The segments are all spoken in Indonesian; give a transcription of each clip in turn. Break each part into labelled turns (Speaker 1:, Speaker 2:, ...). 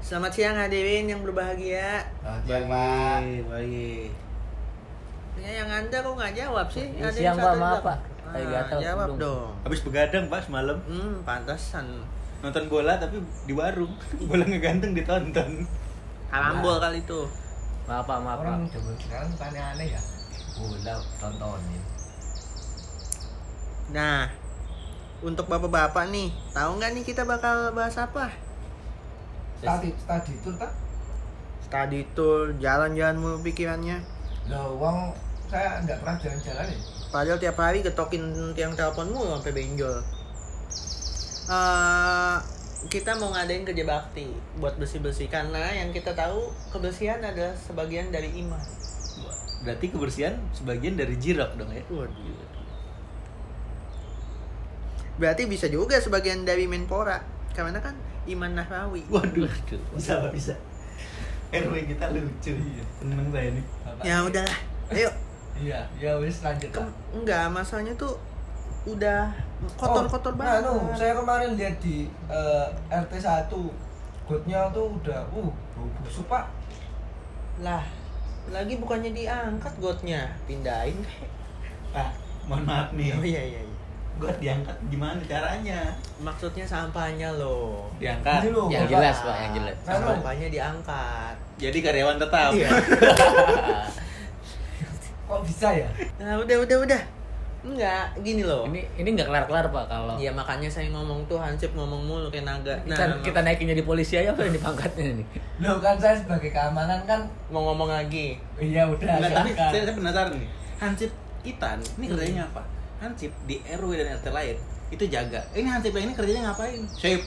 Speaker 1: Selamat siang hadirin yang berbahagia.
Speaker 2: Baik.
Speaker 1: Ya, yang Anda kok nggak jawab sih?
Speaker 3: Iya, siang Pak, maaf Pak.
Speaker 1: Jawab dong.
Speaker 2: Habis begadang Pak semalam.
Speaker 1: Pantesan.
Speaker 2: Nonton bola tapi di warung. Bola ngeganteng ditonton.
Speaker 1: Karambol kali itu.
Speaker 3: Maaf Pak.
Speaker 4: Orang zaman sekarang bukannya aneh ya, bola tontonin.
Speaker 1: Nah, untuk bapak-bapak nih, tahu nggak nih kita bakal bahas apa?
Speaker 4: Tadi tour tak?
Speaker 1: Study tour, jalan-jalan mulu pikirannya.
Speaker 4: Loh, uang saya nggak pernah jalan-jalan ya.
Speaker 1: Padahal tiap hari getokin tiang telepon mulu sampai benjol. Kita mau ngadain kerja bakti buat bersih-bersih karena yang kita tahu kebersihan adalah sebagian dari iman.
Speaker 2: Berarti kebersihan sebagian dari jirok dong ya.
Speaker 1: Waduh. Berarti bisa juga sebagian dari Menpora karena kan Iman Nahrawi.
Speaker 2: Waduh. Bisa. RW kita lucu. Seneng saya nih.
Speaker 1: Ya udahlah. Ayo.
Speaker 4: Iya, wis lanjut.
Speaker 1: Enggak, masalahnya tuh udah kotor-kotor banget.
Speaker 4: Saya kemarin lihat di RT 1 gotnya tuh udah bau busuk Pak.
Speaker 1: Lah, lagi bukannya diangkat gotnya, pindahin kayak.
Speaker 2: Pak, mohon maaf nih.
Speaker 1: Oh iya.
Speaker 2: Got diangkat gimana caranya?
Speaker 1: Maksudnya sampahnya loh.
Speaker 2: Diangkat.
Speaker 4: Ini loh,
Speaker 3: Yang
Speaker 4: Bapak.
Speaker 3: jelas Pak, yang jelas.
Speaker 1: Sampahnya diangkat.
Speaker 2: Jadi karyawan tetap.
Speaker 1: Iya.
Speaker 4: Kok bisa ya?
Speaker 1: Nah, udah. Enggak, gini loh.
Speaker 3: Ini nggak kelar-kelar Pak kalau.
Speaker 1: Iya, makanya saya ngomong tuh Hansip ngomong mulu kayak naga.
Speaker 3: Kita naikin jadi polisi aja apa yang dipangkatnya nih?
Speaker 4: Loh kan saya sebagai keamanan kan.
Speaker 1: mau ngomong lagi.
Speaker 4: Iya udah.
Speaker 2: Enggak, tapi
Speaker 4: silakan.
Speaker 2: saya penasaran nih. Hansip kita nih, ini kerjanya apa? Hansip di RW dan RT lain itu jaga. Ini Hansip yang ini kerjanya ngapain? Sip.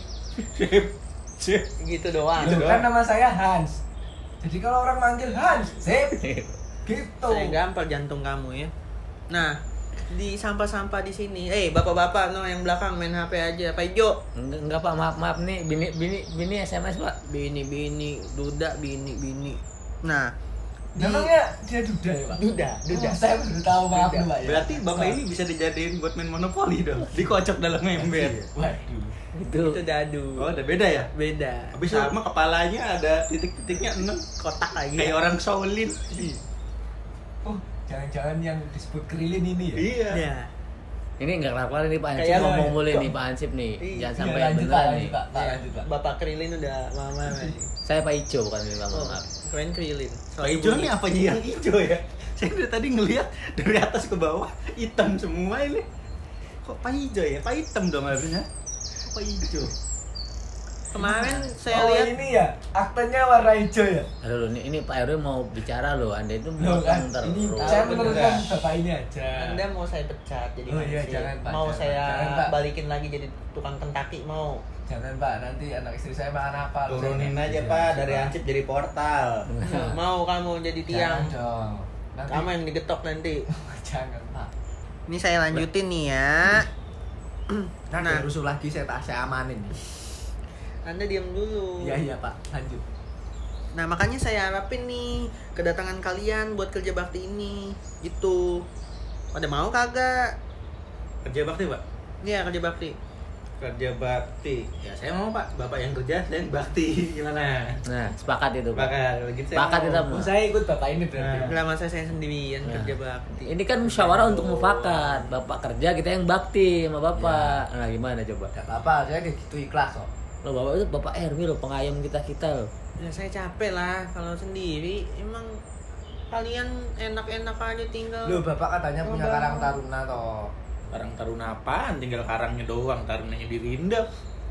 Speaker 1: Gitu doang.
Speaker 4: Loh, kan nama saya Hans. Jadi kalau orang manggil Hans, sip. Gitu.
Speaker 1: Saya gampar jantung kamu ya. Nah, di sampah-sampah di sini. Bapak-bapak yang belakang main HP aja. Pak Ijo.
Speaker 3: Enggak Pak, maaf nih. Bini SMS Pak.
Speaker 1: Bini, duda, bini. Nah,
Speaker 4: Namanya dia duda ya Pak?
Speaker 1: Duda.
Speaker 4: Oh, saya baru tahu, maaf
Speaker 1: Duda.
Speaker 4: Pak ya.
Speaker 2: Berarti bapak ini bisa dijadiin buat main monopoli dong. Dikocok dalam ember.
Speaker 4: Waduh.
Speaker 1: Itu dadu.
Speaker 2: Oh, udah beda ya?
Speaker 1: Beda.
Speaker 2: Habis sama kepalanya ada titik-titiknya 6
Speaker 1: Kotak lagi.
Speaker 2: kayak orang Shaolin.
Speaker 4: Oh, jangan-jangan yang disebut Krilin ini ya?
Speaker 2: Iya.
Speaker 1: Ya.
Speaker 3: Ini nggak kelar-kelar nih Pak Hansip
Speaker 1: Kayak
Speaker 3: ngomong
Speaker 4: apa?
Speaker 3: boleh
Speaker 4: Kok-
Speaker 3: nih Pak Hansip nih.
Speaker 1: Iya,
Speaker 3: Jangan sampai
Speaker 4: lanjut,
Speaker 3: beneran
Speaker 4: Pak,
Speaker 3: nih.
Speaker 4: lanjut, Pak. Lanjut, Pak.
Speaker 1: Bapak Krilin udah lama nih.
Speaker 3: Saya Pak Ijo bukan minta maaf.
Speaker 1: Keren Krilin.
Speaker 2: Pak hijau nih apanya yang hijau ya? Saya dari tadi ngelihat dari atas ke bawah hitam semua ini. Kok Pak hijau ya? Pak hitam dong harusnya. Kok Pak hijau?
Speaker 1: Kemarin saya
Speaker 4: Oh,
Speaker 1: lihat
Speaker 4: ini ya, aktenya warna hijau ya?
Speaker 3: Aduh ini Pak RW mau bicara loh. Anda itu
Speaker 4: Loh
Speaker 3: mau
Speaker 4: kan,
Speaker 3: terus.
Speaker 4: ini saya menurunkan bapak ini aja.
Speaker 1: Anda mau saya pecat jadi
Speaker 4: Oh iya,
Speaker 1: hansip.
Speaker 4: jangan, Pak,
Speaker 1: Mau
Speaker 4: jangan,
Speaker 1: saya
Speaker 4: jangan, Pak.
Speaker 1: balikin lagi jadi tukang Kentucky mau.
Speaker 4: Jangan Pak, nanti anak istri saya makan apa?
Speaker 2: Turunin
Speaker 4: Saya-
Speaker 2: aja Pak dari Hansip jadi portal.
Speaker 1: Mau kamu jadi tiang.
Speaker 4: Jangan dong. Nanti
Speaker 1: Kamu yang digetok nanti.
Speaker 4: jangan Pak.
Speaker 1: Ini saya lanjutin nih ya.
Speaker 4: Nah, rusuh lagi saya amanin.
Speaker 1: Anda diam dulu.
Speaker 4: Iya Pak, lanjut.
Speaker 1: Nah, makanya saya harapin nih kedatangan kalian buat kerja bakti ini. Gitu. Pada mau kagak?
Speaker 2: Kerja bakti Pak?
Speaker 1: Iya, kerja bakti.
Speaker 2: Kerja bakti. Ya saya mau Pak. Bapak yang kerja, saya yang bakti. Gimana?
Speaker 3: Nah, sepakat itu Pak.
Speaker 2: Bakal gitu saya
Speaker 3: Sepakat
Speaker 2: mau.
Speaker 3: kita
Speaker 4: Oh, saya ikut bapak ini berarti.
Speaker 2: Nah.
Speaker 1: Lama saya sendirian
Speaker 3: Nah.
Speaker 1: kerja bakti.
Speaker 3: Ini kan musyawarah untuk mufakat. Bapak kerja, kita yang bakti sama Bapak. Nah, gimana coba?
Speaker 4: Gak apa-apa, saya kayak gitu ikhlas kok.
Speaker 3: Loh, Bapak itu Bapak RW loh, pengayom kita loh.
Speaker 1: Ya saya capek lah kalau sendiri. Emang kalian enak-enak aja tinggal.
Speaker 4: Loh, bapak katanya punya
Speaker 1: Bang.
Speaker 4: karang taruna toh.
Speaker 2: Karang taruna apaan? Tinggal karangnya doang, tarunanya dirindam.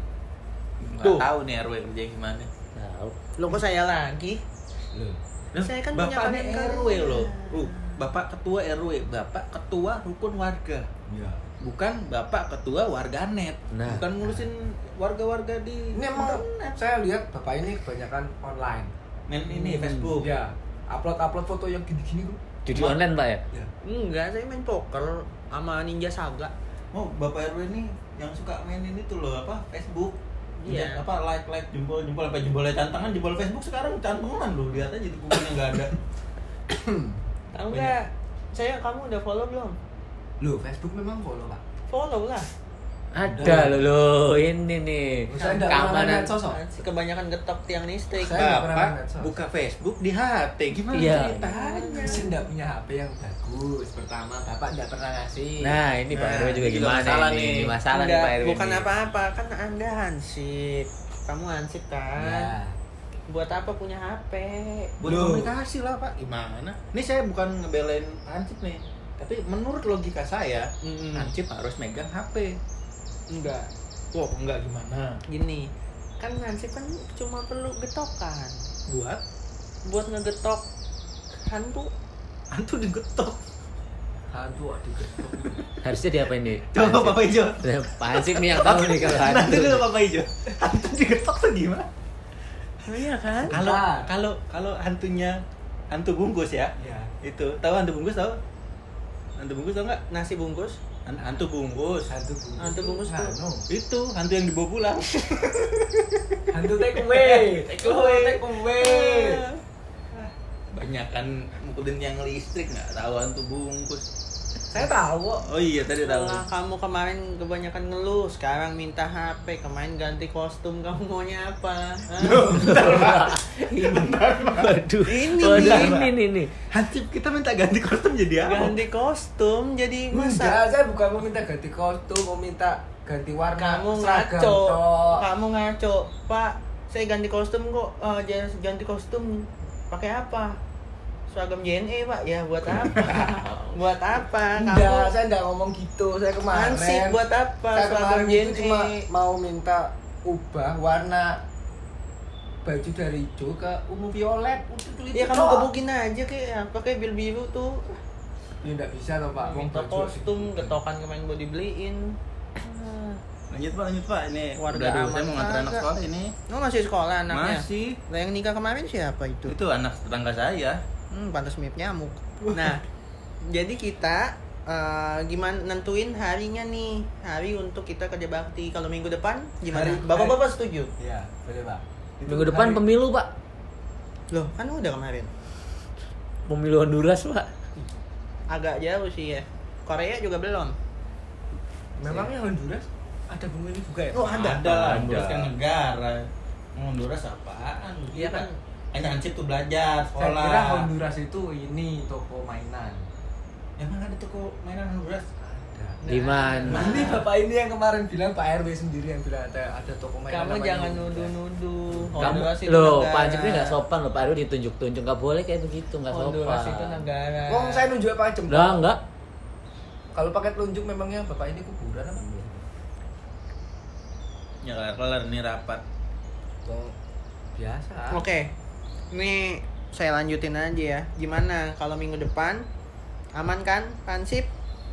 Speaker 2: Nggak
Speaker 1: Tuh.
Speaker 2: tahu nih RW kerja gimana.
Speaker 3: Tahu.
Speaker 1: Lo kok saya lagi?
Speaker 4: Loh.
Speaker 1: Saya kan punya
Speaker 2: Bapak
Speaker 1: panen
Speaker 2: RW
Speaker 1: karya.
Speaker 2: loh. Bapak ketua RW, Bapak ketua rukun warga.
Speaker 4: Iya.
Speaker 2: Bukan Bapak ketua warganet.
Speaker 3: Nah.
Speaker 2: Bukan ngurusin warga-warga di
Speaker 4: Ini emang
Speaker 2: internet.
Speaker 4: saya lihat bapak ini kebanyakan online.
Speaker 2: Main ini Facebook.
Speaker 4: Ya, upload foto yang gini-gini tuh.
Speaker 3: Judi online Pak ya?
Speaker 4: Ya.
Speaker 1: Enggak, saya main poker sama Ninja Saga.
Speaker 2: Oh, Bapak RW ini yang suka mainin itu loh, apa? Facebook.
Speaker 1: Iya.
Speaker 2: Apa like jempol sampai jempolnya cantangan, jempol Facebook sekarang cantengan loh, lihat aja di kukunya enggak ada.
Speaker 1: Tahu nggak? Kamu udah follow belum?
Speaker 4: Loh, Facebook memang follow, Pak.
Speaker 1: Follow lah.
Speaker 3: Ada loh, ini nih.
Speaker 4: Saya nggak pernah main
Speaker 3: Keamanan.
Speaker 4: medsos kok.
Speaker 1: Kebanyakan getok tiang listrik.
Speaker 4: Saya nggak pernah main
Speaker 2: Bapak
Speaker 4: medsos.
Speaker 2: buka Facebook di HP, gimana
Speaker 3: Iya.
Speaker 2: ceritanya?
Speaker 4: Saya nggak punya HP yang bagus. Pertama, bapak nggak pernah ngasih.
Speaker 3: Nah, ini Pak
Speaker 2: Nah,
Speaker 3: RW juga
Speaker 2: ini juga
Speaker 3: gimana
Speaker 2: masalah
Speaker 3: ini?
Speaker 2: nih.
Speaker 3: Ini masalah nih
Speaker 1: Enggak,
Speaker 3: Pak RW.
Speaker 1: bukan
Speaker 3: ini.
Speaker 1: apa-apa, kan Anda hansip. Kamu hansip kan?
Speaker 4: Ya.
Speaker 1: Buat apa punya HP?
Speaker 2: Buat
Speaker 4: Loh.
Speaker 2: komunikasi lah Pak, gimana? Ini saya bukan ngebelain Hansip nih, tapi menurut logika saya,
Speaker 1: Mm-mm.
Speaker 2: Hansip harus megang HP.
Speaker 1: Enggak.
Speaker 2: Wah, enggak gimana?
Speaker 1: Gini, kan hansip kan cuma perlu getokan.
Speaker 2: Buat
Speaker 1: Ngegetok hantu.
Speaker 2: hantu digetok.
Speaker 4: Hantu adik getok.
Speaker 3: Harusnya diapain nih?
Speaker 2: Coba Bapak Ijo.
Speaker 3: Pak Hansip nih yang tahu nih kalau
Speaker 2: Nanti
Speaker 3: hantu.
Speaker 2: dulu Bapak Ijo. Hantu digetok tuh gimana?
Speaker 1: Oh iya kan?
Speaker 2: Kalau hantunya hantu bungkus ya.
Speaker 4: Ya.
Speaker 2: Itu tahu hantu bungkus tahu? Hantu bungkus tahu nggak?
Speaker 1: Nasi bungkus.
Speaker 2: Hantu bungkus.
Speaker 4: Hantu bungkus tuh.
Speaker 1: tuh.
Speaker 2: Itu hantu yang dibawa pulang.
Speaker 4: Hantu take away. Take away.
Speaker 2: Banyakan mukulin yang listrik nggak tahu hantu bungkus.
Speaker 4: Saya tahu kok.
Speaker 2: Oh iya tadi tahu.
Speaker 1: Setelah kamu kemarin kebanyakan ngeluh, sekarang minta HP, kemarin ganti kostum, kamu maunya apa? Hah?
Speaker 3: Waduh.
Speaker 1: Ini
Speaker 3: Waduh,
Speaker 1: nih.
Speaker 3: ini.
Speaker 2: Hansip kita minta ganti kostum jadi apa?
Speaker 1: Ganti kostum jadi
Speaker 4: Enggak,
Speaker 1: masa
Speaker 4: saya bukan mau minta ganti kostum, mau minta ganti warna.
Speaker 1: kamu
Speaker 4: seragam
Speaker 1: ngaco.
Speaker 4: tok.
Speaker 1: Kamu ngaco. Pak, saya ganti kostum kok. Ganti kostum pakai apa? Seragam JNE, Pak. Ya buat apa? Buat apa?
Speaker 4: Enggak, saya enggak ngomong gitu. Saya kemarin.
Speaker 1: Hansip buat apa?
Speaker 4: Saya
Speaker 1: Seragam
Speaker 4: kemarin itu
Speaker 1: JNE.
Speaker 4: cuma mau minta ubah warna baju dari hijau ke ungu violet. Udah
Speaker 1: Ya kamu gebukin aja kayak pakai bil biru tuh.
Speaker 4: Ya enggak bisa loh, Pak.
Speaker 1: Minta
Speaker 4: Baju
Speaker 1: kostum,
Speaker 4: segitu.
Speaker 1: getokan kemarin mau dibeliin.
Speaker 2: Lanjut Pak. Ini
Speaker 1: Warga
Speaker 2: udah dulu
Speaker 1: aman
Speaker 2: saya mau nganter anak
Speaker 1: kagak.
Speaker 2: sekolah ini.
Speaker 1: Oh masih sekolah anaknya?
Speaker 2: Masih.
Speaker 1: Lah yang nikah kemarin siapa itu?
Speaker 2: Itu anak tetangga saya.
Speaker 1: Pantas mirip nyamuk. Nah, jadi kita gimana nentuin harinya nih, hari untuk kita kerja bakti. Kalau minggu depan gimana?
Speaker 4: Hari-
Speaker 1: Bapak-bapak setuju?
Speaker 4: Iya, boleh, Pak. Itu
Speaker 3: Minggu depan
Speaker 4: hari-
Speaker 3: pemilu, Pak.
Speaker 1: Loh, kan udah kemarin.
Speaker 3: Pemilu Honduras, Pak.
Speaker 1: Agak jauh sih ya. Korea juga belum.
Speaker 4: Memangnya Honduras ada pemilu juga ya?
Speaker 1: Oh, ada.
Speaker 2: lah.
Speaker 3: Ada.
Speaker 2: Honduras kan negara. Honduras apaan?
Speaker 1: Iya kan?
Speaker 2: Hansip tuh belajar
Speaker 4: Saya
Speaker 2: sekolah.
Speaker 4: kira Honduras itu ini toko mainan.
Speaker 2: Emang ada toko mainan Honduras?
Speaker 4: Ada.
Speaker 3: Di mana?
Speaker 4: Nanti bapak ini yang kemarin bilang, Pak RW sendiri yang bilang ada toko mainan.
Speaker 1: Kamu
Speaker 4: namanya
Speaker 1: jangan
Speaker 4: Honduras.
Speaker 1: nuduh-nuduh.
Speaker 3: Kamu,
Speaker 1: Honduras itu
Speaker 3: loh,
Speaker 1: negara.
Speaker 3: Pak Hansip ini nggak sopan loh, Pak RW ditunjuk-tunjuk, nggak boleh kayak begitu, nggak sopan.
Speaker 1: Honduras itu negara.
Speaker 4: Wong saya nunjuk pakai jempol.
Speaker 3: Lah, enggak.
Speaker 4: Kalau pakai telunjuk memangnya bapak ini kuburan apa?
Speaker 2: Ya kelar nih rapat.
Speaker 4: Wong biasa.
Speaker 1: Oke, ini saya lanjutin aja ya. Gimana kalau minggu depan aman kan, Hansip?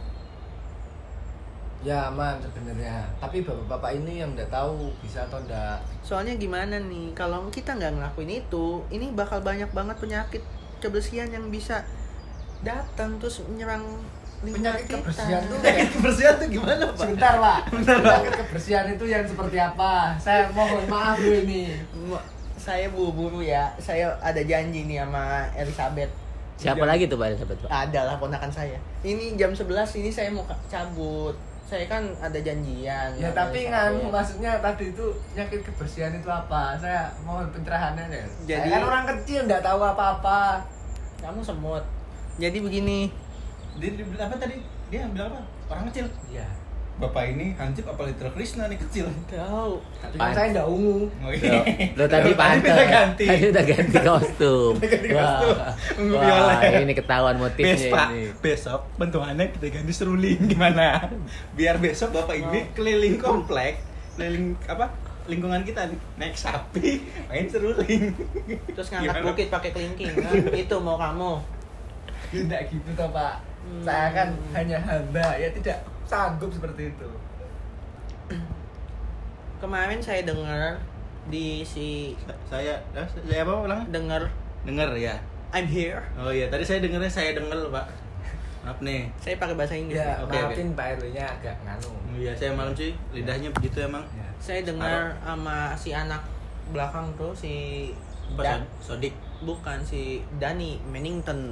Speaker 4: Ya aman sebenarnya. Tapi bapak-bapak ini yang nggak tahu bisa atau enggak.
Speaker 1: Soalnya gimana nih, kalau kita nggak ngelakuin itu, ini bakal banyak banget penyakit kebersihan yang bisa datang terus menyerang lingkungan
Speaker 4: Penyakit
Speaker 1: kita.
Speaker 4: kebersihan tuh
Speaker 2: Kebersihan tuh gimana Pak?
Speaker 4: Sebentar, Pak. Penyakit kebersihan itu yang seperti apa? Saya mohon maaf loh ini.
Speaker 1: Saya buru-buru ya. Saya ada janji nih sama Elizabeth.
Speaker 3: Siapa lagi tuh Pak Elizabeth, Pak?
Speaker 1: Adalah ponakan saya. Ini jam 11 ini saya mau cabut. Saya kan ada janjian.
Speaker 4: Ya
Speaker 1: sama
Speaker 4: tapi
Speaker 1: Elizabeth.
Speaker 4: kan maksudnya tadi itu penyakit kebersihan itu apa? Saya mohon pencerahannya ya.
Speaker 1: Jadi-
Speaker 4: Saya kan orang kecil nggak tahu apa-apa.
Speaker 1: Kamu semut. Jadi begini.
Speaker 2: Dia bilang apa tadi? Dia bilang apa? Orang kecil.
Speaker 4: Iya.
Speaker 2: Bapak ini Hansip apa Little Krishna nih kecil?
Speaker 1: Tahu.
Speaker 4: Tapi
Speaker 3: Pan-
Speaker 4: kan saya nggak ungu.
Speaker 2: Oh
Speaker 3: Lo tadi
Speaker 2: Tadi
Speaker 3: pantas.
Speaker 2: udah ganti.
Speaker 3: Tadi udah ganti kostum.
Speaker 2: ganti
Speaker 3: Wah,
Speaker 2: kostum. Ungu
Speaker 3: wah,
Speaker 2: violet.
Speaker 3: ini ketahuan motifnya
Speaker 2: Pak,
Speaker 3: ini.
Speaker 2: besok bentukannya kita ganti seruling gimana? Biar besok Bapak ini keliling komplek, keliling apa? Lingkungan kita nih, naik sapi, main seruling.
Speaker 1: Terus ngangkat
Speaker 2: Gimana?
Speaker 1: bukit pakai kelingking kan? Itu mau kamu.
Speaker 4: Tidak gitu toh Pak. Saya kan hanya hamba ya tidak sanggup seperti itu.
Speaker 1: Kemarin saya dengar di
Speaker 2: Saya apa ulang?
Speaker 1: dengar
Speaker 2: Dengar ya.
Speaker 1: I'm here.
Speaker 2: Oh iya, tadi saya dengernya saya denger Pak. Maaf nih.
Speaker 1: Saya pakai bahasa Inggris.
Speaker 4: Ya,
Speaker 2: Oke,
Speaker 4: maafin Pak RW-nya agak nganu.
Speaker 2: Iya, saya malam sih lidahnya begitu emang.
Speaker 4: Ya.
Speaker 1: Saya dengar sama si anak belakang tuh si
Speaker 2: Apa, Sodik?
Speaker 1: bukan si Dani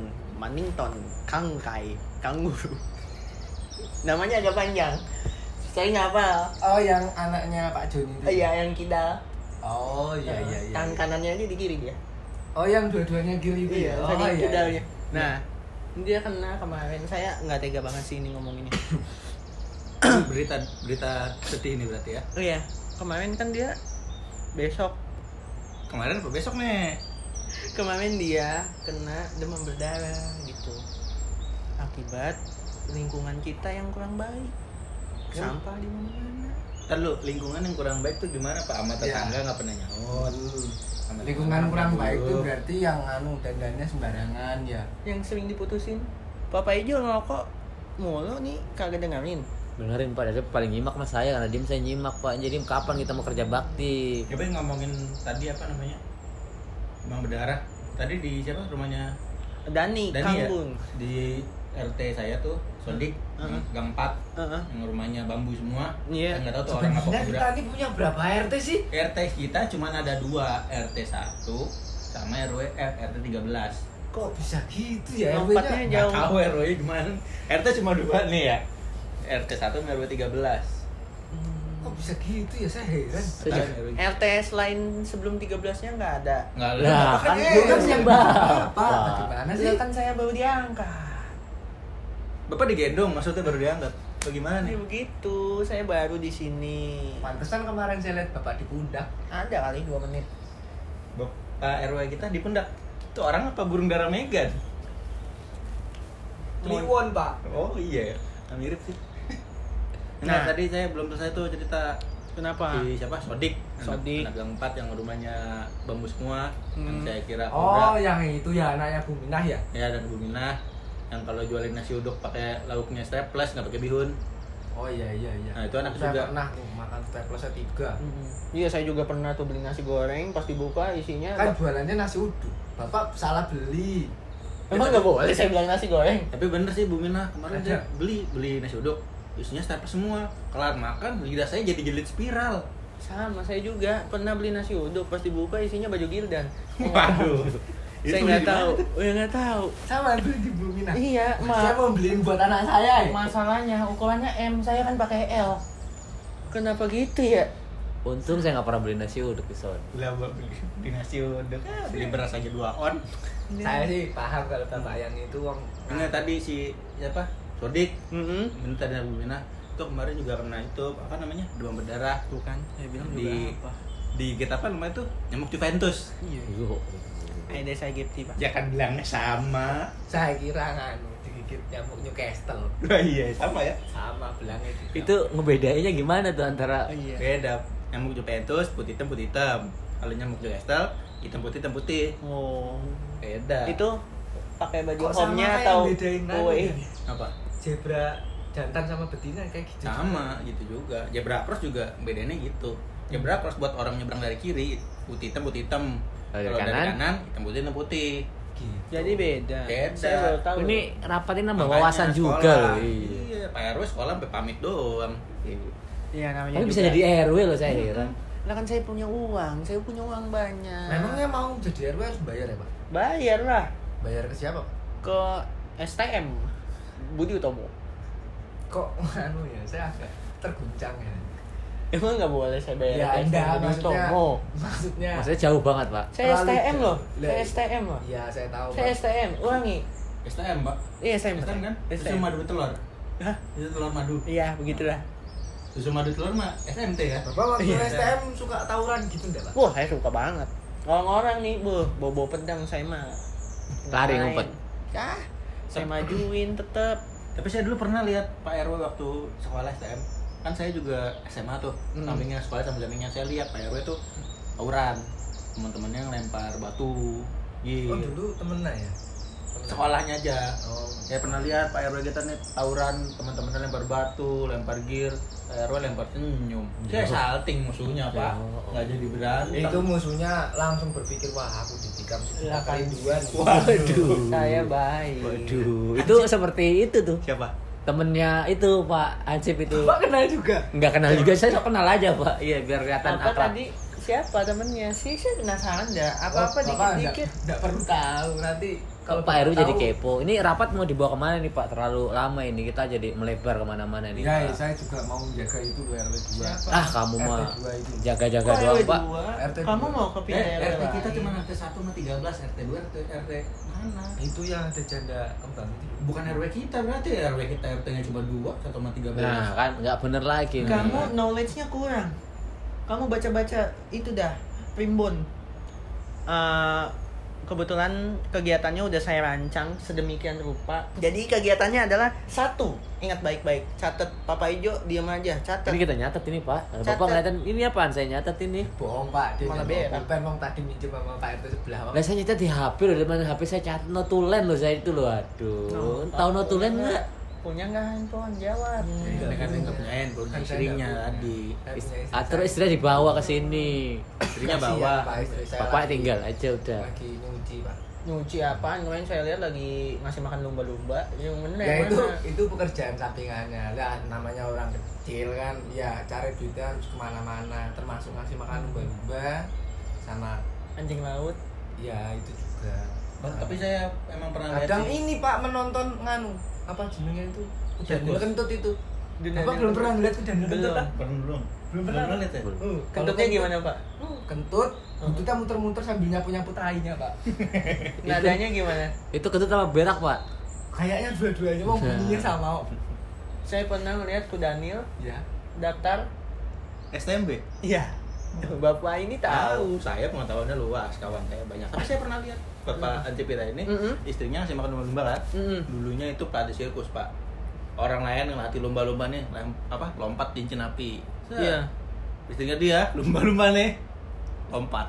Speaker 1: Manington Kangkai Kanguru. Namanya agak panjang. Saya nggak hafal.
Speaker 4: Oh, yang anaknya Pak Joni itu.
Speaker 1: Iya, yang kidal.
Speaker 4: Oh, iya.
Speaker 1: Tangan kanannya aja di kiri dia.
Speaker 4: Oh, yang dua-duanya kiri itu.
Speaker 1: Iya,
Speaker 4: Oh,
Speaker 1: saking
Speaker 4: iya.
Speaker 1: kidalnya. Nah, dia kena kemarin. Saya nggak tega banget sih ini ngomonginnya.
Speaker 2: berita sedih ini berarti ya.
Speaker 1: Oh iya, kemarin kan dia besok.
Speaker 2: Kemarin apa besok nih?
Speaker 1: Kemarin dia kena demam berdarah gitu. Akibat lingkungan kita yang kurang baik. Sampah di mana-mana.
Speaker 2: Ntar lu, lingkungan yang kurang baik tuh gimana Pak? Sama tetangga nggak pernah nyaut. Sama
Speaker 4: Lingkungan
Speaker 2: tetangga
Speaker 4: kurang
Speaker 2: nggak
Speaker 4: baik itu
Speaker 2: buruk.
Speaker 4: berarti yang dandannya sembarangan ya.
Speaker 1: Yang sering diputusin. Papa Ijo ngerokok mulu nih kagak dengerin.
Speaker 3: Dengerin Pak, dari paling nyimak mas saya karena diem saya nyimak Pak. Jadi kapan kita mau kerja bakti?
Speaker 2: Coba yang ngomongin tadi apa namanya? Demam berdarah. Tadi di siapa rumahnya?
Speaker 1: Dani,
Speaker 2: Dani ya?
Speaker 1: Kangkung.
Speaker 2: Di RT saya tuh, Sodik, Gang 4, yang rumahnya bambu semua.
Speaker 1: Iya.
Speaker 2: Saya nggak tahu tuh orang apa
Speaker 4: Sebenarnya kita ini punya berapa RT sih?
Speaker 2: RT kita cuma ada 2, RT 1 sama RT 13.
Speaker 4: Kok bisa gitu ya
Speaker 1: Lompatnya
Speaker 4: RW-nya?
Speaker 1: jauh.
Speaker 2: Nggak tahu RW gimana. RT cuma 2 nih ya. RT 1 sama RW 13.
Speaker 4: Kok bisa gitu ya, saya heran.
Speaker 1: RT selain sebelum 13-nya nggak ada.
Speaker 2: Nggak ada.
Speaker 3: Lah kan
Speaker 4: Makanya
Speaker 3: gue kan
Speaker 4: yang
Speaker 3: yang
Speaker 4: Bapak,
Speaker 3: bapak.
Speaker 4: gimana sih?
Speaker 1: Lah kan saya baru diangkat.
Speaker 2: Bapak digendong maksudnya baru diangkat. Bagaimana
Speaker 1: Ini
Speaker 2: nih?
Speaker 1: begitu, saya baru di sini.
Speaker 4: Pantesan kemarin saya lihat Bapak di pundak.
Speaker 1: Ada kali 2 menit.
Speaker 2: Bapak RW kita di pundak. Itu orang apa burung darah Megan?
Speaker 4: Kliwon, Pak.
Speaker 2: Oh iya ya. Mirip sih.
Speaker 1: Nah.
Speaker 2: Nah, tadi saya belum selesai tuh cerita
Speaker 1: Kenapa?
Speaker 2: si siapa? Sodik.
Speaker 1: Sodik.
Speaker 2: Anak Gang 4 yang rumahnya bambu semua. Yang saya kira
Speaker 4: Oh, yang itu ya anaknya Bu Minah ya?
Speaker 2: Ya, dan Bu Minah yang kalau jualin nasi uduk pakai lauknya staples nggak pakai bihun.
Speaker 4: Oh iya.
Speaker 2: Nah, itu anak
Speaker 4: saya
Speaker 2: juga.
Speaker 4: pernah tuh makan staplesnya 3.
Speaker 1: Iya, saya juga pernah tuh beli nasi goreng, pas dibuka isinya
Speaker 4: Kan jualannya nasi uduk. Bapak salah beli.
Speaker 1: emang nggak boleh saya bilang nasi goreng.
Speaker 2: Tapi bener sih Bu Minah kemarin
Speaker 4: Ada.
Speaker 2: dia beli nasi uduk. Isinya staples semua. Kelar makan lidah saya jadi jilid spiral.
Speaker 1: Sama, saya juga pernah beli nasi uduk, pas dibuka isinya baju Gildan.
Speaker 2: Waduh.
Speaker 1: Saya
Speaker 2: Itu
Speaker 1: nggak
Speaker 2: gimana
Speaker 1: tahu,
Speaker 2: tuh?
Speaker 1: nggak tahu.
Speaker 4: Sama beli di Bu Minah.
Speaker 1: Iya,
Speaker 4: Saya mau beliin buat anak saya ya.
Speaker 1: masalahnya ukurannya M, saya kan pakai L. Kenapa gitu ya?
Speaker 3: Untung saya nggak pernah beli nasi uduk di sana.
Speaker 2: Beli nasi uduk. Beli beras aja 2 on.
Speaker 4: Saya sih paham kalau Bapak yang itu wong.
Speaker 2: Ini tadi si siapa? Sodik.
Speaker 1: Mm-hmm.
Speaker 2: Ini tadi Bu Minah. Itu kemarin juga kena itu apa namanya? Demam berdarah.
Speaker 1: Tuh kan, saya bilang
Speaker 2: Di-
Speaker 1: juga apa?
Speaker 2: Di kita apa namanya tuh? Nyamuk Juventus.
Speaker 1: Iya.
Speaker 3: Yo.
Speaker 1: Ada saya Gipti, Pak.
Speaker 2: Ya kan bilangnya sama.
Speaker 4: Saya kira nganu digigit nyamuk Newcastle.
Speaker 2: Wah iya, sama ya.
Speaker 4: Sama bilangnya juga.
Speaker 3: Itu ngebedainnya gimana tuh antara
Speaker 1: Iya.
Speaker 2: Beda. Nyamuk Juventus putih hitam. Kalau nyamuk Newcastle hitam putih.
Speaker 1: Oh.
Speaker 2: Beda.
Speaker 1: Itu pakai baju
Speaker 4: Kok sama
Speaker 1: home-nya
Speaker 4: kayak
Speaker 1: atau
Speaker 4: bedain anu
Speaker 1: kue?
Speaker 4: ya?
Speaker 2: apa?
Speaker 4: Zebra jantan sama betina kayak gitu.
Speaker 2: Sama gitu juga. Zebra cross juga bedanya gitu. Zebra cross buat orang nyebrang dari kiri putih hitam.
Speaker 3: Dari
Speaker 2: Kalau dari
Speaker 3: kanan?
Speaker 2: kanan hitam putih.
Speaker 4: Gitu.
Speaker 1: Jadi beda.
Speaker 2: Beda.
Speaker 1: Saya baru tahu.
Speaker 3: ini rapatin nambah
Speaker 2: Makanya
Speaker 3: wawasan
Speaker 2: sekolah.
Speaker 3: juga loh. Iya.
Speaker 2: Iya, Pak RW sekolah sampai pamit doang.
Speaker 1: Iya namanya.
Speaker 3: Tapi bisa
Speaker 1: juga.
Speaker 3: jadi RW loh saya heran.
Speaker 1: Lah kan saya punya uang banyak.
Speaker 4: Memangnya mau jadi RW harus bayar ya, Pak?
Speaker 1: bayar lah
Speaker 4: Bayar ke siapa, Pak?
Speaker 1: ke STM Budi Utomo.
Speaker 4: Kok anu ya, saya agak terguncang ya.
Speaker 1: Emang nggak boleh saya bayar
Speaker 4: Ya
Speaker 1: ke STM
Speaker 4: enggak,
Speaker 1: Budi
Speaker 4: maksudnya
Speaker 1: Utomo?
Speaker 4: maksudnya
Speaker 3: Maksudnya jauh banget Pak.
Speaker 1: Saya
Speaker 4: terlalu
Speaker 1: STM loh.
Speaker 4: jauh.
Speaker 1: Saya STM loh.
Speaker 4: Iya, saya tahu.
Speaker 1: Saya
Speaker 4: Pak.
Speaker 1: STM. Ulangi.
Speaker 2: STM, Mbak.
Speaker 1: Iya, saya
Speaker 2: STM kan? Susu madu telur.
Speaker 1: Hah?
Speaker 2: Itu telur madu.
Speaker 1: Iya, begitulah.
Speaker 2: Susu madu telur mah SMT ya.
Speaker 4: Bapak waktu
Speaker 1: Iya.
Speaker 4: STM suka tawuran gitu enggak, Pak?
Speaker 1: Wah, saya suka banget. Orang-orang nih, bawa pedang saya mah.
Speaker 3: Lari
Speaker 1: Ngapain?
Speaker 3: ngumpet.
Speaker 1: Ya, saya majuin tetep.
Speaker 2: Tapi saya dulu pernah lihat Pak RW waktu sekolah STM. Kan saya juga SMA tuh, sampingnya sekolah sama sampingnya saya lihat Pak RW tuh tawuran. Teman-temannya yang lempar batu. Iya.
Speaker 4: Oh, dulu temennya ya?
Speaker 2: Sekolahnya aja.
Speaker 4: Oh.
Speaker 2: Saya pernah lihat Pak RW kita nih tawuran, teman-temannya lempar batu, lempar gear, Pak RW lempar senyum. Saya salting musuhnya, Pak. Nggak jadi berantem.
Speaker 4: Itu musuhnya langsung berpikir, wah aku ditikam
Speaker 1: Lah, kan.
Speaker 4: kerinduan.
Speaker 3: Waduh.
Speaker 1: Saya baik.
Speaker 3: Waduh, itu seperti itu tuh.
Speaker 2: Siapa?
Speaker 3: Temennya itu Pak Ansip itu.
Speaker 4: Bapak kenal juga?
Speaker 3: Nggak kenal juga, saya sok kenal aja Pak. Iya, biar kelihatan
Speaker 1: Apa
Speaker 3: akrab.
Speaker 1: tadi? Siapa temennya sih? Saya penasaran dah. Apa-apa
Speaker 4: Bapak
Speaker 1: dikit-dikit.
Speaker 4: Enggak perlu tahu, nanti kalau
Speaker 3: Pak RW
Speaker 4: tahu-
Speaker 3: jadi kepo. Ini rapat mau dibawa kemana nih Pak? Terlalu lama ini, kita jadi melebar kemana-mana nih
Speaker 4: Ya,
Speaker 3: Pak.
Speaker 4: saya juga mau menjaga itu loh RW 2.
Speaker 3: Ah kamu mah
Speaker 4: RT 2 itu.
Speaker 3: jaga-jaga
Speaker 1: Kok
Speaker 3: doang
Speaker 1: RW
Speaker 3: Pak.
Speaker 1: 2?
Speaker 4: RT
Speaker 1: Kamu
Speaker 4: 2.
Speaker 1: mau ke pindah
Speaker 2: RT
Speaker 1: RW
Speaker 2: kita
Speaker 1: lain?
Speaker 2: cuma RT 1 sama 13, RT 2, RT mana?
Speaker 4: Itu yang ada janda kembang itu.
Speaker 2: Bukan RW kita berarti RW kita RT-nya cuma 2, 1 sama 13.
Speaker 3: Nah kan nggak bener lagi nih.
Speaker 1: Kamu knowledge-nya kurang. Kamu baca-baca itu dah primbon. Kebetulan kegiatannya udah saya rancang sedemikian rupa. Jadi kegiatannya adalah satu, ingat baik-baik, catat Papa Ijo, diam aja, catat.
Speaker 3: Ini kita nyatet ini Pak.
Speaker 1: Catet.
Speaker 3: Bapak ngeliatin ini apaan? Saya nyatet ini.
Speaker 4: Bohong Pak, dia
Speaker 1: Malah
Speaker 4: nggak
Speaker 1: berak.
Speaker 4: mau pulpen, Bang, tadi minjem sama Pak RT sebelah. Bang.
Speaker 3: Lah saya nyatet di HP loh, di mana HP saya catat notulen loh saya itu loh. Aduh, tahu notulen nggak?
Speaker 1: Punya nggak handphone? Jawab.
Speaker 2: Ini kan nggak punya handphone,
Speaker 4: Kan saya
Speaker 2: istrinya
Speaker 4: nggak punya.
Speaker 2: tadi.
Speaker 4: Saya punya istri
Speaker 3: Atau
Speaker 4: saya.
Speaker 3: istrinya dibawa ke sini.
Speaker 2: Istrinya
Speaker 4: Kasihan,
Speaker 2: bawa.
Speaker 4: Pak, istri saya
Speaker 3: Bapak
Speaker 4: lagi-
Speaker 3: tinggal aja udah.
Speaker 4: Lagi nyuci Pak.
Speaker 1: Nyuci apaan? Kemarin saya lihat lagi ngasih makan lumba-lumba. Yang bener
Speaker 4: Ya
Speaker 1: yang mana?
Speaker 4: itu pekerjaan sampingannya. Lah namanya orang kecil kan, ya cari duitnya harus kemana-mana, termasuk ngasih makan lumba-lumba sama
Speaker 1: Anjing laut.
Speaker 4: ya itu juga.
Speaker 2: Tapi saya emang pernah lihat
Speaker 4: Kadang
Speaker 2: sih.
Speaker 4: ini Pak menonton nganu apa jenengnya itu? Daniel Kentut itu.
Speaker 1: Daniel
Speaker 4: Bapak belum
Speaker 1: Kentut.
Speaker 4: pernah ngeliat Daniel Kentut
Speaker 1: Belum.
Speaker 4: Pak?
Speaker 2: Belum.
Speaker 4: Belum pernah
Speaker 2: lihat ya?
Speaker 4: Kalau
Speaker 1: Kentutnya gimana, Pak?
Speaker 4: Kentut, kentutnya muter-muter sambil nyapu-nyapu tainya Pak.
Speaker 1: Nadanya gimana?
Speaker 3: Itu kentut sama berak Pak.
Speaker 4: Kayaknya dua-duanya mau bunyinya sama.
Speaker 1: Saya pernah melihat ku Daniel
Speaker 4: Ya.
Speaker 1: daftar.
Speaker 2: STMB.
Speaker 1: Iya. Bapak ini tahu.
Speaker 2: Tahu, saya pengetahuannya luas, kawan saya banyak. Tapi saya pernah lihat Bapak Antipita ini, istrinya ngasih makan lumba-lumba kan. Dulunya itu Pak di sirkus Pak. Orang lain ngelatih lumba-lumba nih, lompat cincin api. Set.
Speaker 1: Iya.
Speaker 2: Istrinya dia lumba-lumba nih, lompat.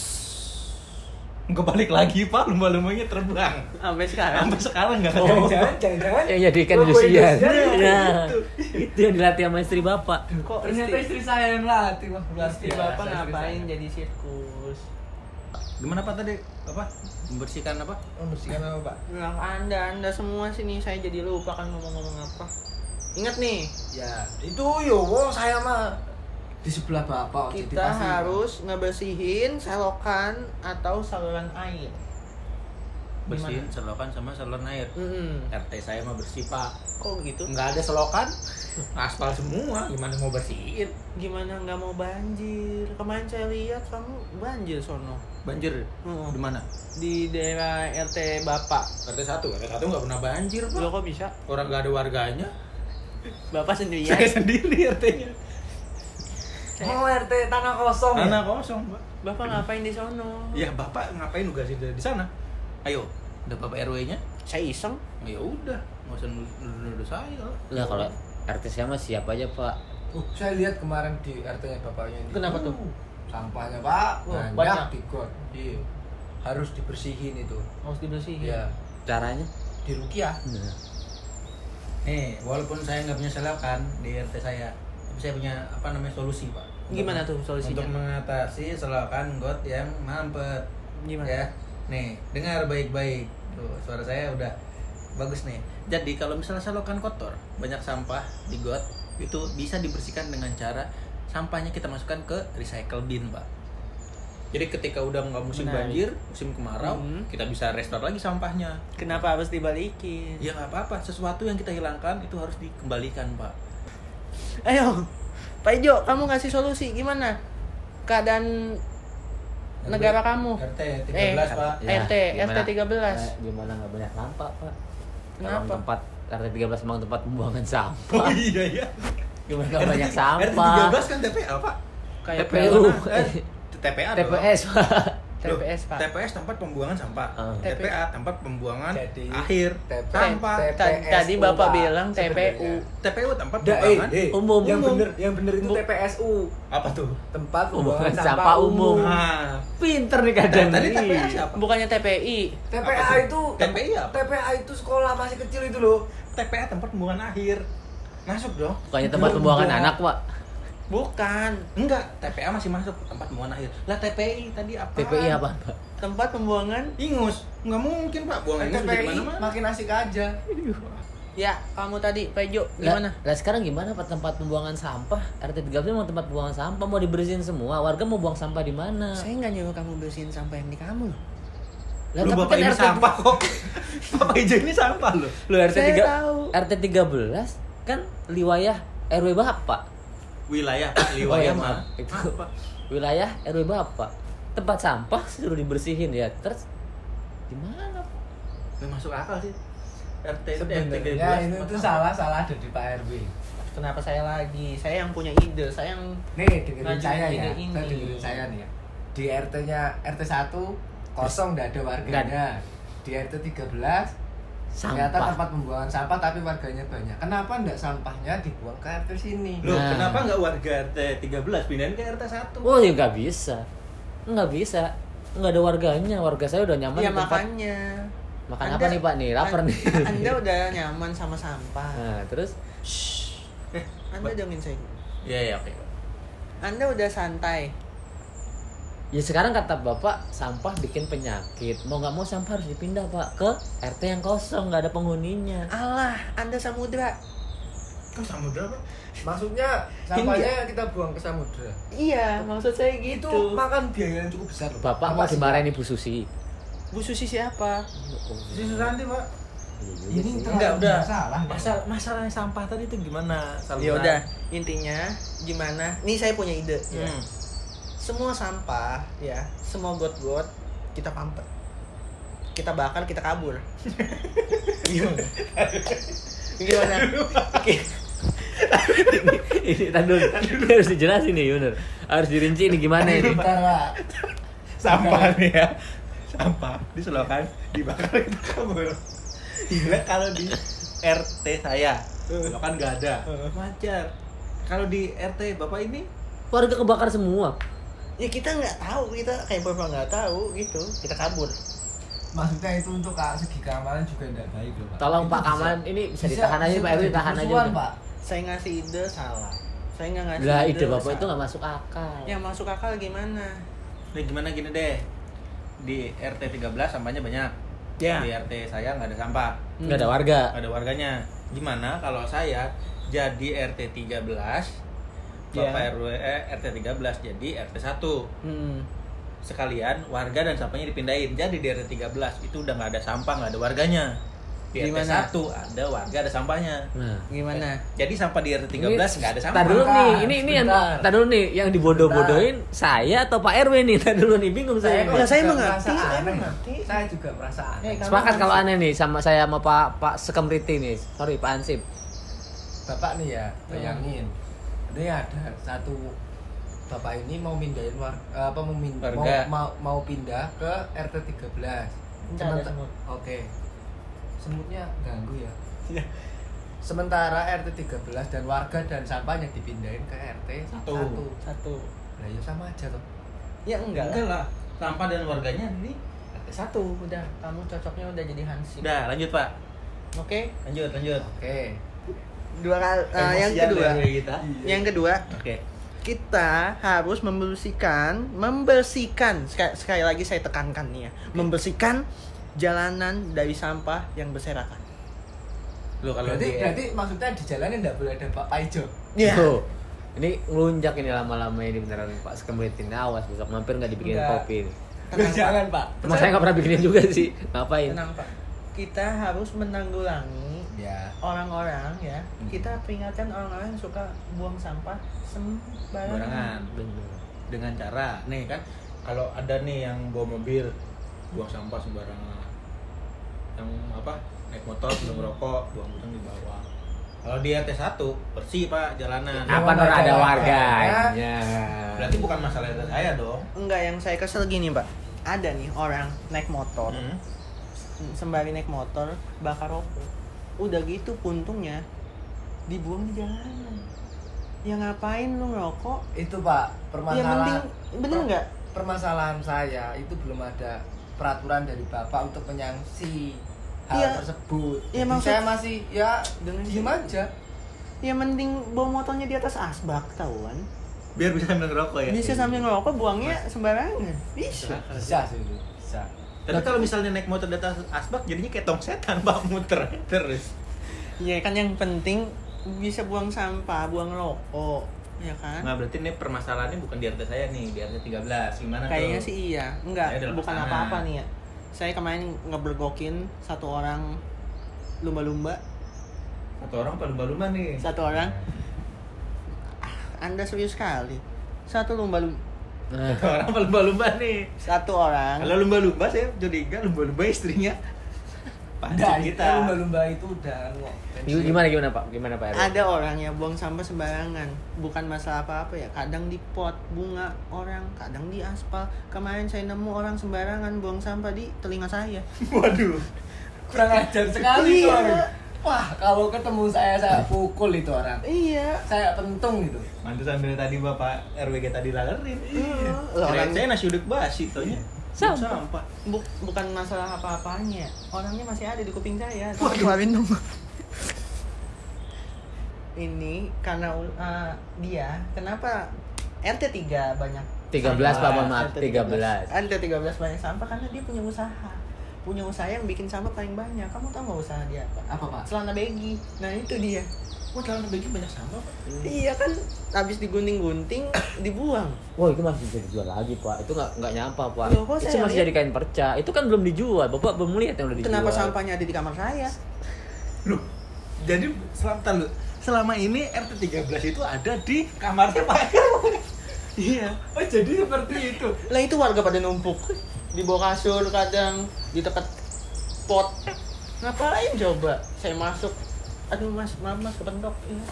Speaker 2: Kebalik lagi Pak, lumba-lumbanya terbang.
Speaker 1: Sampai sekarang.
Speaker 2: Sampai sekarang nggak ada.
Speaker 4: Jangan-jangan
Speaker 3: Yang jadikan
Speaker 4: Logo
Speaker 3: Indosiar.
Speaker 4: Indosiar.
Speaker 3: Ya. Itu yang dilatih sama istri Bapak.
Speaker 1: Kok
Speaker 4: ternyata istri saya yang latih Wah,
Speaker 1: istri
Speaker 4: biasa,
Speaker 1: Bapak
Speaker 4: istri
Speaker 1: ngapain
Speaker 4: saya.
Speaker 1: jadi sirkus?
Speaker 2: Gimana Pak tadi? Apa? Membersihkan apa?
Speaker 4: Membersihkan apa Pak?
Speaker 1: Nah, anda semua sini saya jadi lupa kan ngomong-ngomong apa. Ingat nih,
Speaker 4: Ya, itu yo, wong saya mah di sebelah Bapak. jadi
Speaker 1: kita
Speaker 4: pasti-
Speaker 1: harus ngebersihin selokan atau saluran air.
Speaker 2: Bersihin selokan sama saluran air. RT saya mah bersih Pak.
Speaker 1: Kok gitu?
Speaker 2: Nggak ada selokan, aspal semua. Gimana mau bersihin?
Speaker 1: Gimana nggak mau banjir? Kemarin saya lihat kamu banjir sono.
Speaker 2: Banjir
Speaker 1: Hmm.
Speaker 2: di mana?
Speaker 1: Di daerah RT Bapak.
Speaker 2: RT 1 nggak pernah banjir Pak.
Speaker 1: Loh kok bisa?
Speaker 2: Orang nggak ada warganya.
Speaker 1: Bapak sendirian.
Speaker 2: Saya sendiri RT-nya.
Speaker 4: Oh, RT tanah kosong. ya?
Speaker 2: Tanah kosong Pak.
Speaker 1: Bapak ngapain di sono?
Speaker 2: Ya Bapak ngapain nugasin di sana? Ayo, udah Bapak RW-nya?
Speaker 1: Saya iseng.
Speaker 2: Ya udah, nggak usah nuduh saya.
Speaker 3: Lah kalau RT saya mah siap aja Pak.
Speaker 4: Saya lihat kemarin di RT-nya bapaknya ini.
Speaker 1: Kenapa tuh?
Speaker 4: Sampahnya Pak,
Speaker 1: banyak.
Speaker 4: banyak di got. Iya. Harus dibersihin itu.
Speaker 1: Harus dibersihin.
Speaker 4: Ya,
Speaker 3: Caranya?
Speaker 4: di Rukiah.
Speaker 3: Nah.
Speaker 2: Nih, walaupun saya nggak punya selokan di RT saya, tapi saya punya solusi Pak.
Speaker 1: Gimana tuh solusinya?
Speaker 2: Untuk mengatasi selokan got yang mampet.
Speaker 1: Gimana?
Speaker 2: Ya, nih dengar baik-baik. Tuh suara saya udah bagus nih. Jadi kalau misalnya selokan kotor, banyak sampah di got, itu bisa dibersihkan dengan cara sampahnya kita masukkan ke recycle bin, Pak. Jadi ketika udah nggak musim
Speaker 1: Menarik.
Speaker 2: banjir, musim kemarau, kita bisa restore lagi sampahnya.
Speaker 1: Kenapa harus dibalikin?
Speaker 2: Ya nggak apa-apa, sesuatu yang kita hilangkan itu harus dikembalikan, Pak.
Speaker 1: Ayo, Pak Ijo, kamu ngasih solusi gimana? Keadaan negara kamu?
Speaker 2: RT 13, Pak.
Speaker 1: RT
Speaker 3: gimana-
Speaker 1: 13.
Speaker 3: Gimana nggak banyak sampah Pak?
Speaker 1: Kenapa?
Speaker 3: Emang tempat RT 13 memang tempat pembuangan sampah.
Speaker 2: Oh iya ya.
Speaker 3: Gimana nggak banyak
Speaker 2: RT
Speaker 3: sampah?
Speaker 2: 13 kan TPA, Pak.
Speaker 1: Kayak
Speaker 3: TPU.
Speaker 2: TPA dong.
Speaker 3: TPS Pak.
Speaker 2: Loh,
Speaker 1: TPS, Pak.
Speaker 2: TPS tempat pembuangan sampah. TPA tempat pembuangan
Speaker 4: Jadi,
Speaker 2: akhir sampah.
Speaker 1: Tadi
Speaker 4: TPSU,
Speaker 1: Bapak
Speaker 4: Pak,
Speaker 1: bilang
Speaker 4: sebenarnya.
Speaker 1: TPU.
Speaker 2: TPU tempat
Speaker 4: Da,
Speaker 2: pembuangan
Speaker 3: umum.
Speaker 4: Yang bener itu TPSU.
Speaker 2: apa tuh?
Speaker 4: Tempat
Speaker 3: Pembuangan
Speaker 4: pembuangan
Speaker 3: sampah
Speaker 4: sampah
Speaker 3: umum.
Speaker 4: umum.
Speaker 2: Nah,
Speaker 3: Pinter nih kadang.
Speaker 2: tadi
Speaker 3: nih.
Speaker 2: TPA siapa?
Speaker 1: Bukannya TPI.
Speaker 4: TPA
Speaker 2: Apa tuh?
Speaker 4: itu
Speaker 2: TPI apa?
Speaker 4: TPA itu sekolah masih kecil itu loh.
Speaker 2: TPA tempat pembuangan akhir. Masuk dong.
Speaker 3: Bukannya tempat pembuangan
Speaker 4: Enggak.
Speaker 3: anak Pak.
Speaker 1: Bukan.
Speaker 2: Enggak, TPA masih masuk tempat pembuangan akhir. Lah TPI tadi apa?
Speaker 3: TPI apa Pak?
Speaker 1: Tempat pembuangan.
Speaker 2: Ingus. Enggak mungkin, Pak. Buang ingus bisa di
Speaker 4: TPI
Speaker 2: mana-mana.
Speaker 4: makin asik aja.
Speaker 1: Ya, kamu tadi Pak Ijo
Speaker 3: Lah,
Speaker 1: gimana?
Speaker 3: lah sekarang gimana Pak tempat pembuangan sampah? RT 13 memang tempat pembuangan sampah, mau dibersihin semua. Warga mau buang sampah di mana?
Speaker 1: Saya nggak nyuruh kamu bersihin sampah yang di kamu loh.
Speaker 3: Lah,
Speaker 2: Lu
Speaker 3: tapi
Speaker 2: bapak
Speaker 3: kan
Speaker 2: ini
Speaker 3: RT
Speaker 2: sampah kok. Bapak hijau ini sampah loh.
Speaker 3: Lu RT
Speaker 1: Saya
Speaker 3: 3
Speaker 1: tahu.
Speaker 3: RT 13 kan wilayah RW Bapak.
Speaker 2: Wilayah
Speaker 3: Oh, iya,
Speaker 2: mah.
Speaker 3: maaf. Itu
Speaker 2: Apa?
Speaker 3: wilayah RW Bapak. Tempat sampah suruh dibersihin ya. Terus di mana?
Speaker 2: Nggak masuk akal sih. RT
Speaker 4: Sebenarnya ini tuh salah ada di Pak RW.
Speaker 1: Kenapa saya lagi? Saya yang punya ide, saya yang
Speaker 4: Nih dengerin
Speaker 1: Ngajuin
Speaker 4: saya ya.
Speaker 1: ide ini.
Speaker 4: Saya dengerin saya nih ya. Di RT-nya RT 1 kosong enggak ada warganya. Di RT 13 ternyata
Speaker 3: Sampah.
Speaker 4: tempat pembuangan sampah tapi warganya banyak. Kenapa enggak sampahnya dibuang ke RT sini?
Speaker 2: Loh,
Speaker 3: Nah.
Speaker 2: kenapa nggak warga RT 13 pindahin ke RT 1?
Speaker 3: Oh ya nggak bisa. Nggak bisa. Nggak ada warganya. Warga saya udah nyaman
Speaker 1: ya
Speaker 3: di tempat.
Speaker 1: makanya.
Speaker 3: Makan apa nih Pak nih? Lapar nih.
Speaker 1: Anda udah nyaman sama sampah.
Speaker 3: Nah, terus
Speaker 1: Anda dongin saya.
Speaker 2: Iya, oke.
Speaker 1: Anda udah santai.
Speaker 3: ya sekarang kata Bapak sampah bikin penyakit. Mau nggak mau sampah harus dipindah Pak ke RT yang kosong, nggak ada penghuninya.
Speaker 1: Allah, Anda samudra.
Speaker 2: Kok samudra, Pak?
Speaker 4: Maksudnya sampahnya kita buang ke samudra.
Speaker 1: Iya, maksud saya
Speaker 4: Itu
Speaker 1: gitu.
Speaker 4: makan biaya yang cukup besar loh.
Speaker 3: Bapak mau dimarahin Ibu Susi.
Speaker 1: Bu Susi siapa?
Speaker 2: Si Susanti, Pak.
Speaker 4: Ini
Speaker 2: Enggak,
Speaker 4: terlalu
Speaker 2: udah.
Speaker 4: salah.
Speaker 2: Masalah sampah tadi itu gimana?
Speaker 1: Ya udah, intinya gimana? Nih saya punya ide. Ya.
Speaker 2: Hmm.
Speaker 1: Semua sampah, ya, semua got-got kita pampet. Kita bakar, kita kabur. Gimana? Gimana?
Speaker 3: Ini tadi harus dijelasin nih bener. Harus dirinci ini gimana ini.
Speaker 4: Bentar, Pak.
Speaker 2: Sampah nih ya. Sampah diselokan, dibakar kita kabur. Gila kalau di RT saya, selokan nggak ada. Wajar. Kalau di RT Bapak ini
Speaker 3: Warga kebakar semua.
Speaker 1: Ya kita nggak tahu, kita kayak bapak nggak tahu gitu, kita kabur.
Speaker 4: Maksudnya itu untuk segi keamanan juga tidak baik loh, Pak.
Speaker 3: Tolong
Speaker 4: Itu
Speaker 3: Pak Kaman ini bisa ditahan aja Pak RW,
Speaker 4: terjadi
Speaker 3: tahan aja.
Speaker 4: kerusuhan,
Speaker 3: udah.
Speaker 4: Pak.
Speaker 1: Saya ngasih ide salah. Saya nggak ngasih
Speaker 3: Lah ide Bapak
Speaker 1: salah.
Speaker 3: itu nggak masuk akal.
Speaker 1: Yang masuk akal gimana?
Speaker 2: Nih gimana gini deh. Di RT 13 sampahnya banyak.
Speaker 1: Ya.
Speaker 2: Di RT saya nggak ada sampah.
Speaker 3: Nggak ada warga.
Speaker 2: Nggak ada warganya. Gimana kalau saya jadi RT 13, Bapak RW RT 13 jadi RT 1. Sekalian warga dan sampahnya dipindahin. Jadi di RT 13 itu udah nggak ada sampah, nggak ada warganya. Di RT
Speaker 1: Gimana?
Speaker 2: 1 ada warga, ada sampahnya.
Speaker 3: Nah.
Speaker 1: Gimana?
Speaker 2: Jadi sampah di RT 13 nggak ada sampah.
Speaker 3: Tar dulu nih,
Speaker 4: Bentar,
Speaker 3: ini yang
Speaker 4: sebentar.
Speaker 3: tar dulu nih yang dibodoh-bodohin saya atau Pak RW nih. Tar dulu nih bingung saya.
Speaker 1: Ya, saya
Speaker 4: juga
Speaker 1: mengerti,
Speaker 4: merasa
Speaker 1: saya
Speaker 4: aneh.
Speaker 1: mengerti.
Speaker 4: Saya juga merasa aneh.
Speaker 1: Karena
Speaker 3: Sepakat kalau
Speaker 1: masih-
Speaker 3: aneh nih sama saya sama Pak Security nih. Sorry Pak Ansip.
Speaker 4: Bapak nih ya, bayangin. Ini ada satu bapak ini mau mindahin
Speaker 2: Warga.
Speaker 4: mau pindah ke RT 13.
Speaker 1: Nggak ada semut.
Speaker 4: Oke. Semutnya ganggu ya.
Speaker 1: Iya.
Speaker 4: Sementara RT 13 dan warga dan sampahnya dipindahin ke RT 1.
Speaker 1: Satu.
Speaker 4: Nah, ya sama aja toh.
Speaker 1: Ya enggak
Speaker 2: Enggak
Speaker 1: lah.
Speaker 2: lah. Sampah dan warganya di
Speaker 1: Satu, udah. Kamu cocoknya udah jadi hansip.
Speaker 2: Udah, lanjut, Pak.
Speaker 1: Oke.
Speaker 2: Lanjut.
Speaker 4: Oke.
Speaker 1: Dua kali. Yang
Speaker 2: Emosian
Speaker 1: kedua.
Speaker 2: dari kita.
Speaker 1: Yang kedua,
Speaker 2: Oke.
Speaker 1: kita harus membersihkan sekali lagi saya tekankan nih ya, membersihkan jalanan dari sampah yang berserakan.
Speaker 2: Lu kalau
Speaker 4: Berarti maksudnya di jalan enggak boleh ada Pak Paijo.
Speaker 1: Iya.
Speaker 3: Tuh. Ini ngelunjak ini lama-lama ini beneran Pak Security. Awas besok mampir nggak dibikinin
Speaker 1: Enggak.
Speaker 3: kopi ini.
Speaker 1: Tenang,
Speaker 4: Jangan, Pak.
Speaker 3: Emang saya nggak pernah bikinin juga sih. Ngapain?
Speaker 1: Tenang Pak. Kita harus menanggulangi
Speaker 4: Ya.
Speaker 1: orang-orang ya. Kita peringatkan orang-orang yang suka buang sampah
Speaker 2: Barangan.
Speaker 1: sembarangan.
Speaker 3: Bener.
Speaker 2: Dengan cara nih kan kalau ada nih yang bawa mobil buang sampah sembarangan, yang apa naik motor belum merokok buang utang di bawah. Kalau di RT 1 bersih Pak jalanan.
Speaker 3: Apa
Speaker 4: Memang
Speaker 3: nur
Speaker 4: ada
Speaker 3: ada
Speaker 4: warganya.
Speaker 3: warganya?
Speaker 2: Berarti bukan masalah RT saya dong.
Speaker 1: Enggak, yang saya kesel gini Pak. Ada nih orang naik motor, sembari naik motor bakar rokok. Udah gitu puntungnya dibuang di jalanan. Ya ngapain lu ngerokok?
Speaker 4: Itu Pak,
Speaker 1: Ya
Speaker 4: permasalahan.
Speaker 1: mending bener nggak?
Speaker 4: Permasalahan saya itu belum ada peraturan dari Bapak untuk menyangsi hal
Speaker 1: Iya.
Speaker 4: tersebut.
Speaker 1: Iya,
Speaker 4: Jadi
Speaker 1: maksud-
Speaker 4: saya masih ya
Speaker 1: Dengan
Speaker 4: diem aja.
Speaker 1: Ya mending bawa motornya di atas asbak tahuan.
Speaker 2: Biar bisa sambil ngerokok ya.
Speaker 1: Bisa sambil ngerokok buangnya sembarangan. Bisa.
Speaker 4: Bisa sih itu. Bisa.
Speaker 2: Tapi kalau misalnya naik motor di atas asbak jadinya kayak tong setan Pak muter terus.
Speaker 1: Ya kan yang penting bisa buang sampah, buang rokok, ya kan?
Speaker 2: Nah berarti ini permasalahannya bukan di RT saya nih, di RT 13. Gimana
Speaker 1: Kayaknya
Speaker 2: tuh?
Speaker 1: sih iya. Enggak,
Speaker 2: Saya dalam
Speaker 1: bukan
Speaker 2: pasangan.
Speaker 1: apa-apa nih ya. Saya kemarin ngebergokin satu orang lumba-lumba.
Speaker 2: Satu orang apa lumba-lumba nih?
Speaker 1: Satu orang. Anda serius sekali. Satu lumba-lumba.
Speaker 2: Satu orang apa lumba-lumba nih?
Speaker 1: Satu orang.
Speaker 2: Kalau lumba-lumba saya curiga lumba-lumba istrinya.
Speaker 4: Udah,
Speaker 2: Pancing kita.
Speaker 4: lumba-lumba itu udah
Speaker 3: Gimana Pak? Gimana Pak RW?
Speaker 1: Ada orang yang buang sampah sembarangan. Bukan masalah apa-apa ya. Kadang di pot bunga orang, kadang di aspal. Kemarin saya nemu orang sembarangan buang sampah di telinga saya.
Speaker 2: Waduh.
Speaker 4: kurang ajar sekali tuh
Speaker 1: Iya.
Speaker 4: orang. Wah, kalau ketemu saya pukul itu orang.
Speaker 1: Iya.
Speaker 4: Saya pentung gitu.
Speaker 2: Mantesan dari tadi Bapak RWG tadi langerin.
Speaker 1: Iya.
Speaker 2: Kirain saya nasi uduk basi tohnya. Sampah.
Speaker 1: Bukan masalah apa-apanya. Orangnya masih ada di kuping saya. Keluarin dong. Ini karena dia kenapa RT 3 banyak
Speaker 3: 13 Pak, mohon maaf, 13.
Speaker 1: RT 13 banyak sampah karena dia punya usaha. Punya usaha yang bikin sampah paling banyak. Kamu tahu nggak usaha dia apa?
Speaker 4: Apa, Pak?
Speaker 1: Celana baggy. Nah, itu dia.
Speaker 2: Wah, celana baggy banyak sampah, Pak.
Speaker 1: Iya kan, habis digunting-gunting, dibuang.
Speaker 3: Wah, itu masih bisa dijual lagi Pak. Itu nggak nyampah Pak.
Speaker 1: Loh, kok
Speaker 3: Itu
Speaker 1: saya
Speaker 3: masih
Speaker 1: lihat-
Speaker 3: jadi kain perca. Itu kan belum dijual. Bapak belum lihat yang udah dijual.
Speaker 1: Kenapa sampahnya ada di kamar saya?
Speaker 2: Loh, jadi selama ini RT 13 itu ada di kamarnya Pak.
Speaker 1: Iya.
Speaker 4: Oh, jadi seperti itu.
Speaker 1: Lah itu warga pada numpuk di bawah kasur, kadang di dekat pot. Ngapain coba? Saya masuk. Aduh mas, maaf mas kepentok. Iya.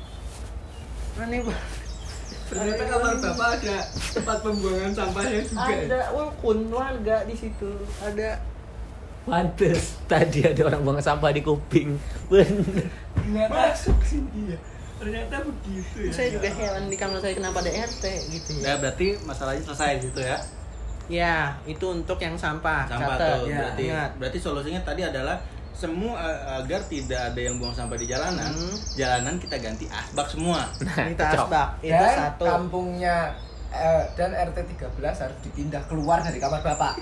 Speaker 1: Aneh banget.
Speaker 4: Ternyata kamar Bapak ada tempat pembuangan sampahnya juga.
Speaker 1: Ada walaupun warga di situ. Ada.
Speaker 3: Pantes tadi ada orang buang sampah di kuping. Bener.
Speaker 4: Ternyata
Speaker 2: Masuk sih.
Speaker 4: iya. Ternyata begitu ya.
Speaker 1: Saya juga heran di kamar saya kenapa ada RT gitu ya.
Speaker 2: Ya berarti masalahnya selesai gitu ya.
Speaker 1: Ya, itu untuk yang sampah.
Speaker 2: Sampah
Speaker 1: Catat.
Speaker 2: tuh
Speaker 4: ya,
Speaker 2: berarti.
Speaker 1: ingat.
Speaker 2: Berarti solusinya tadi adalah semua agar tidak ada yang buang sampah di jalanan. Jalanan kita ganti asbak semua.
Speaker 3: Nah,
Speaker 1: Kita
Speaker 3: cocok.
Speaker 1: asbak. Itu
Speaker 4: Dan
Speaker 1: satu.
Speaker 4: kampungnya dan RT 13 harus dipindah keluar dari kamar Bapak.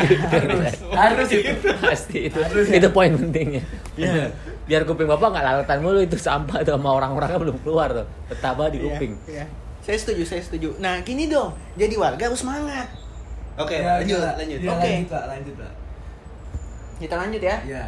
Speaker 4: Harus itu.
Speaker 3: Pasti itu.
Speaker 4: Harus,
Speaker 3: Itu poin pentingnya.
Speaker 2: Iya.
Speaker 3: Biar kuping Bapak nggak laletan mulu itu sampah tuh sama orang-orangnya belum keluar tuh. Betapa di
Speaker 1: Iya,
Speaker 3: kuping.
Speaker 1: iya. Saya setuju. Nah, gini dong. Jadi warga harus semangat.
Speaker 2: Oke,
Speaker 4: Ya,
Speaker 2: lanjut.
Speaker 4: gila.
Speaker 2: Lanjut.
Speaker 4: Ya,
Speaker 1: Oke.
Speaker 4: lanjut, Pak.
Speaker 1: Kita lanjut ya.
Speaker 4: Ya.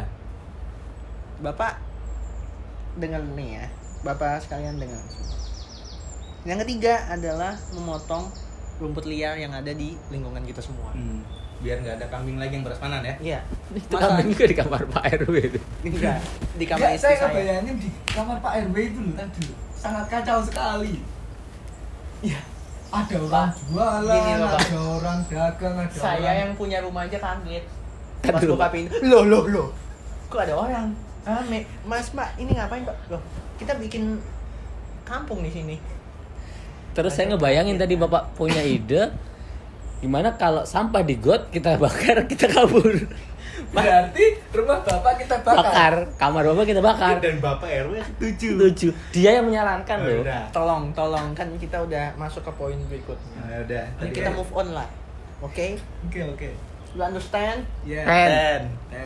Speaker 1: Bapak dengar nih ya. Bapak sekalian dengar. Yang ketiga adalah memotong rumput liar yang ada di lingkungan kita semua.
Speaker 2: Biar nggak ada kambing lagi yang prasmanan ya.
Speaker 1: Iya.
Speaker 3: Itu kambing juga di kamar Pak RW itu.
Speaker 1: Enggak, di kamar
Speaker 4: Enggak,
Speaker 1: istri
Speaker 4: saya
Speaker 1: saya.
Speaker 4: ngebayangin di kamar Pak RW itu loh tadi loh. Sangat kacau sekali. Iya. Ada orang jualan,
Speaker 1: Gini loh, Pak.
Speaker 4: ada orang dagang, ada
Speaker 1: Saya
Speaker 4: orang.
Speaker 1: yang punya rumah aja kaget.
Speaker 3: Kan
Speaker 1: Pas
Speaker 3: dulu.
Speaker 1: buka pintu, loh. Kok ada orang? Rame. Mas, Mbak, ini ngapain, Pak? Loh, kita bikin kampung di sini.
Speaker 3: Terus saya ngebayangin tadi Bapak punya ide gimana kalau sampah di got kita bakar, kita kabur.
Speaker 4: Berarti rumah Bapak kita bakar.
Speaker 3: Bakar, kamar Bapak kita bakar.
Speaker 2: Dan Bapak RW setuju.
Speaker 3: Lucu. Dia yang menyarankan
Speaker 2: Oh,
Speaker 3: loh.
Speaker 2: udah.
Speaker 1: Tolong kan kita udah masuk ke poin berikutnya.
Speaker 2: Nah, udah.
Speaker 1: Ini kita move on lah. Oke?
Speaker 4: Oke.
Speaker 1: You understand?
Speaker 4: Ya.
Speaker 3: Ten.
Speaker 4: Ten.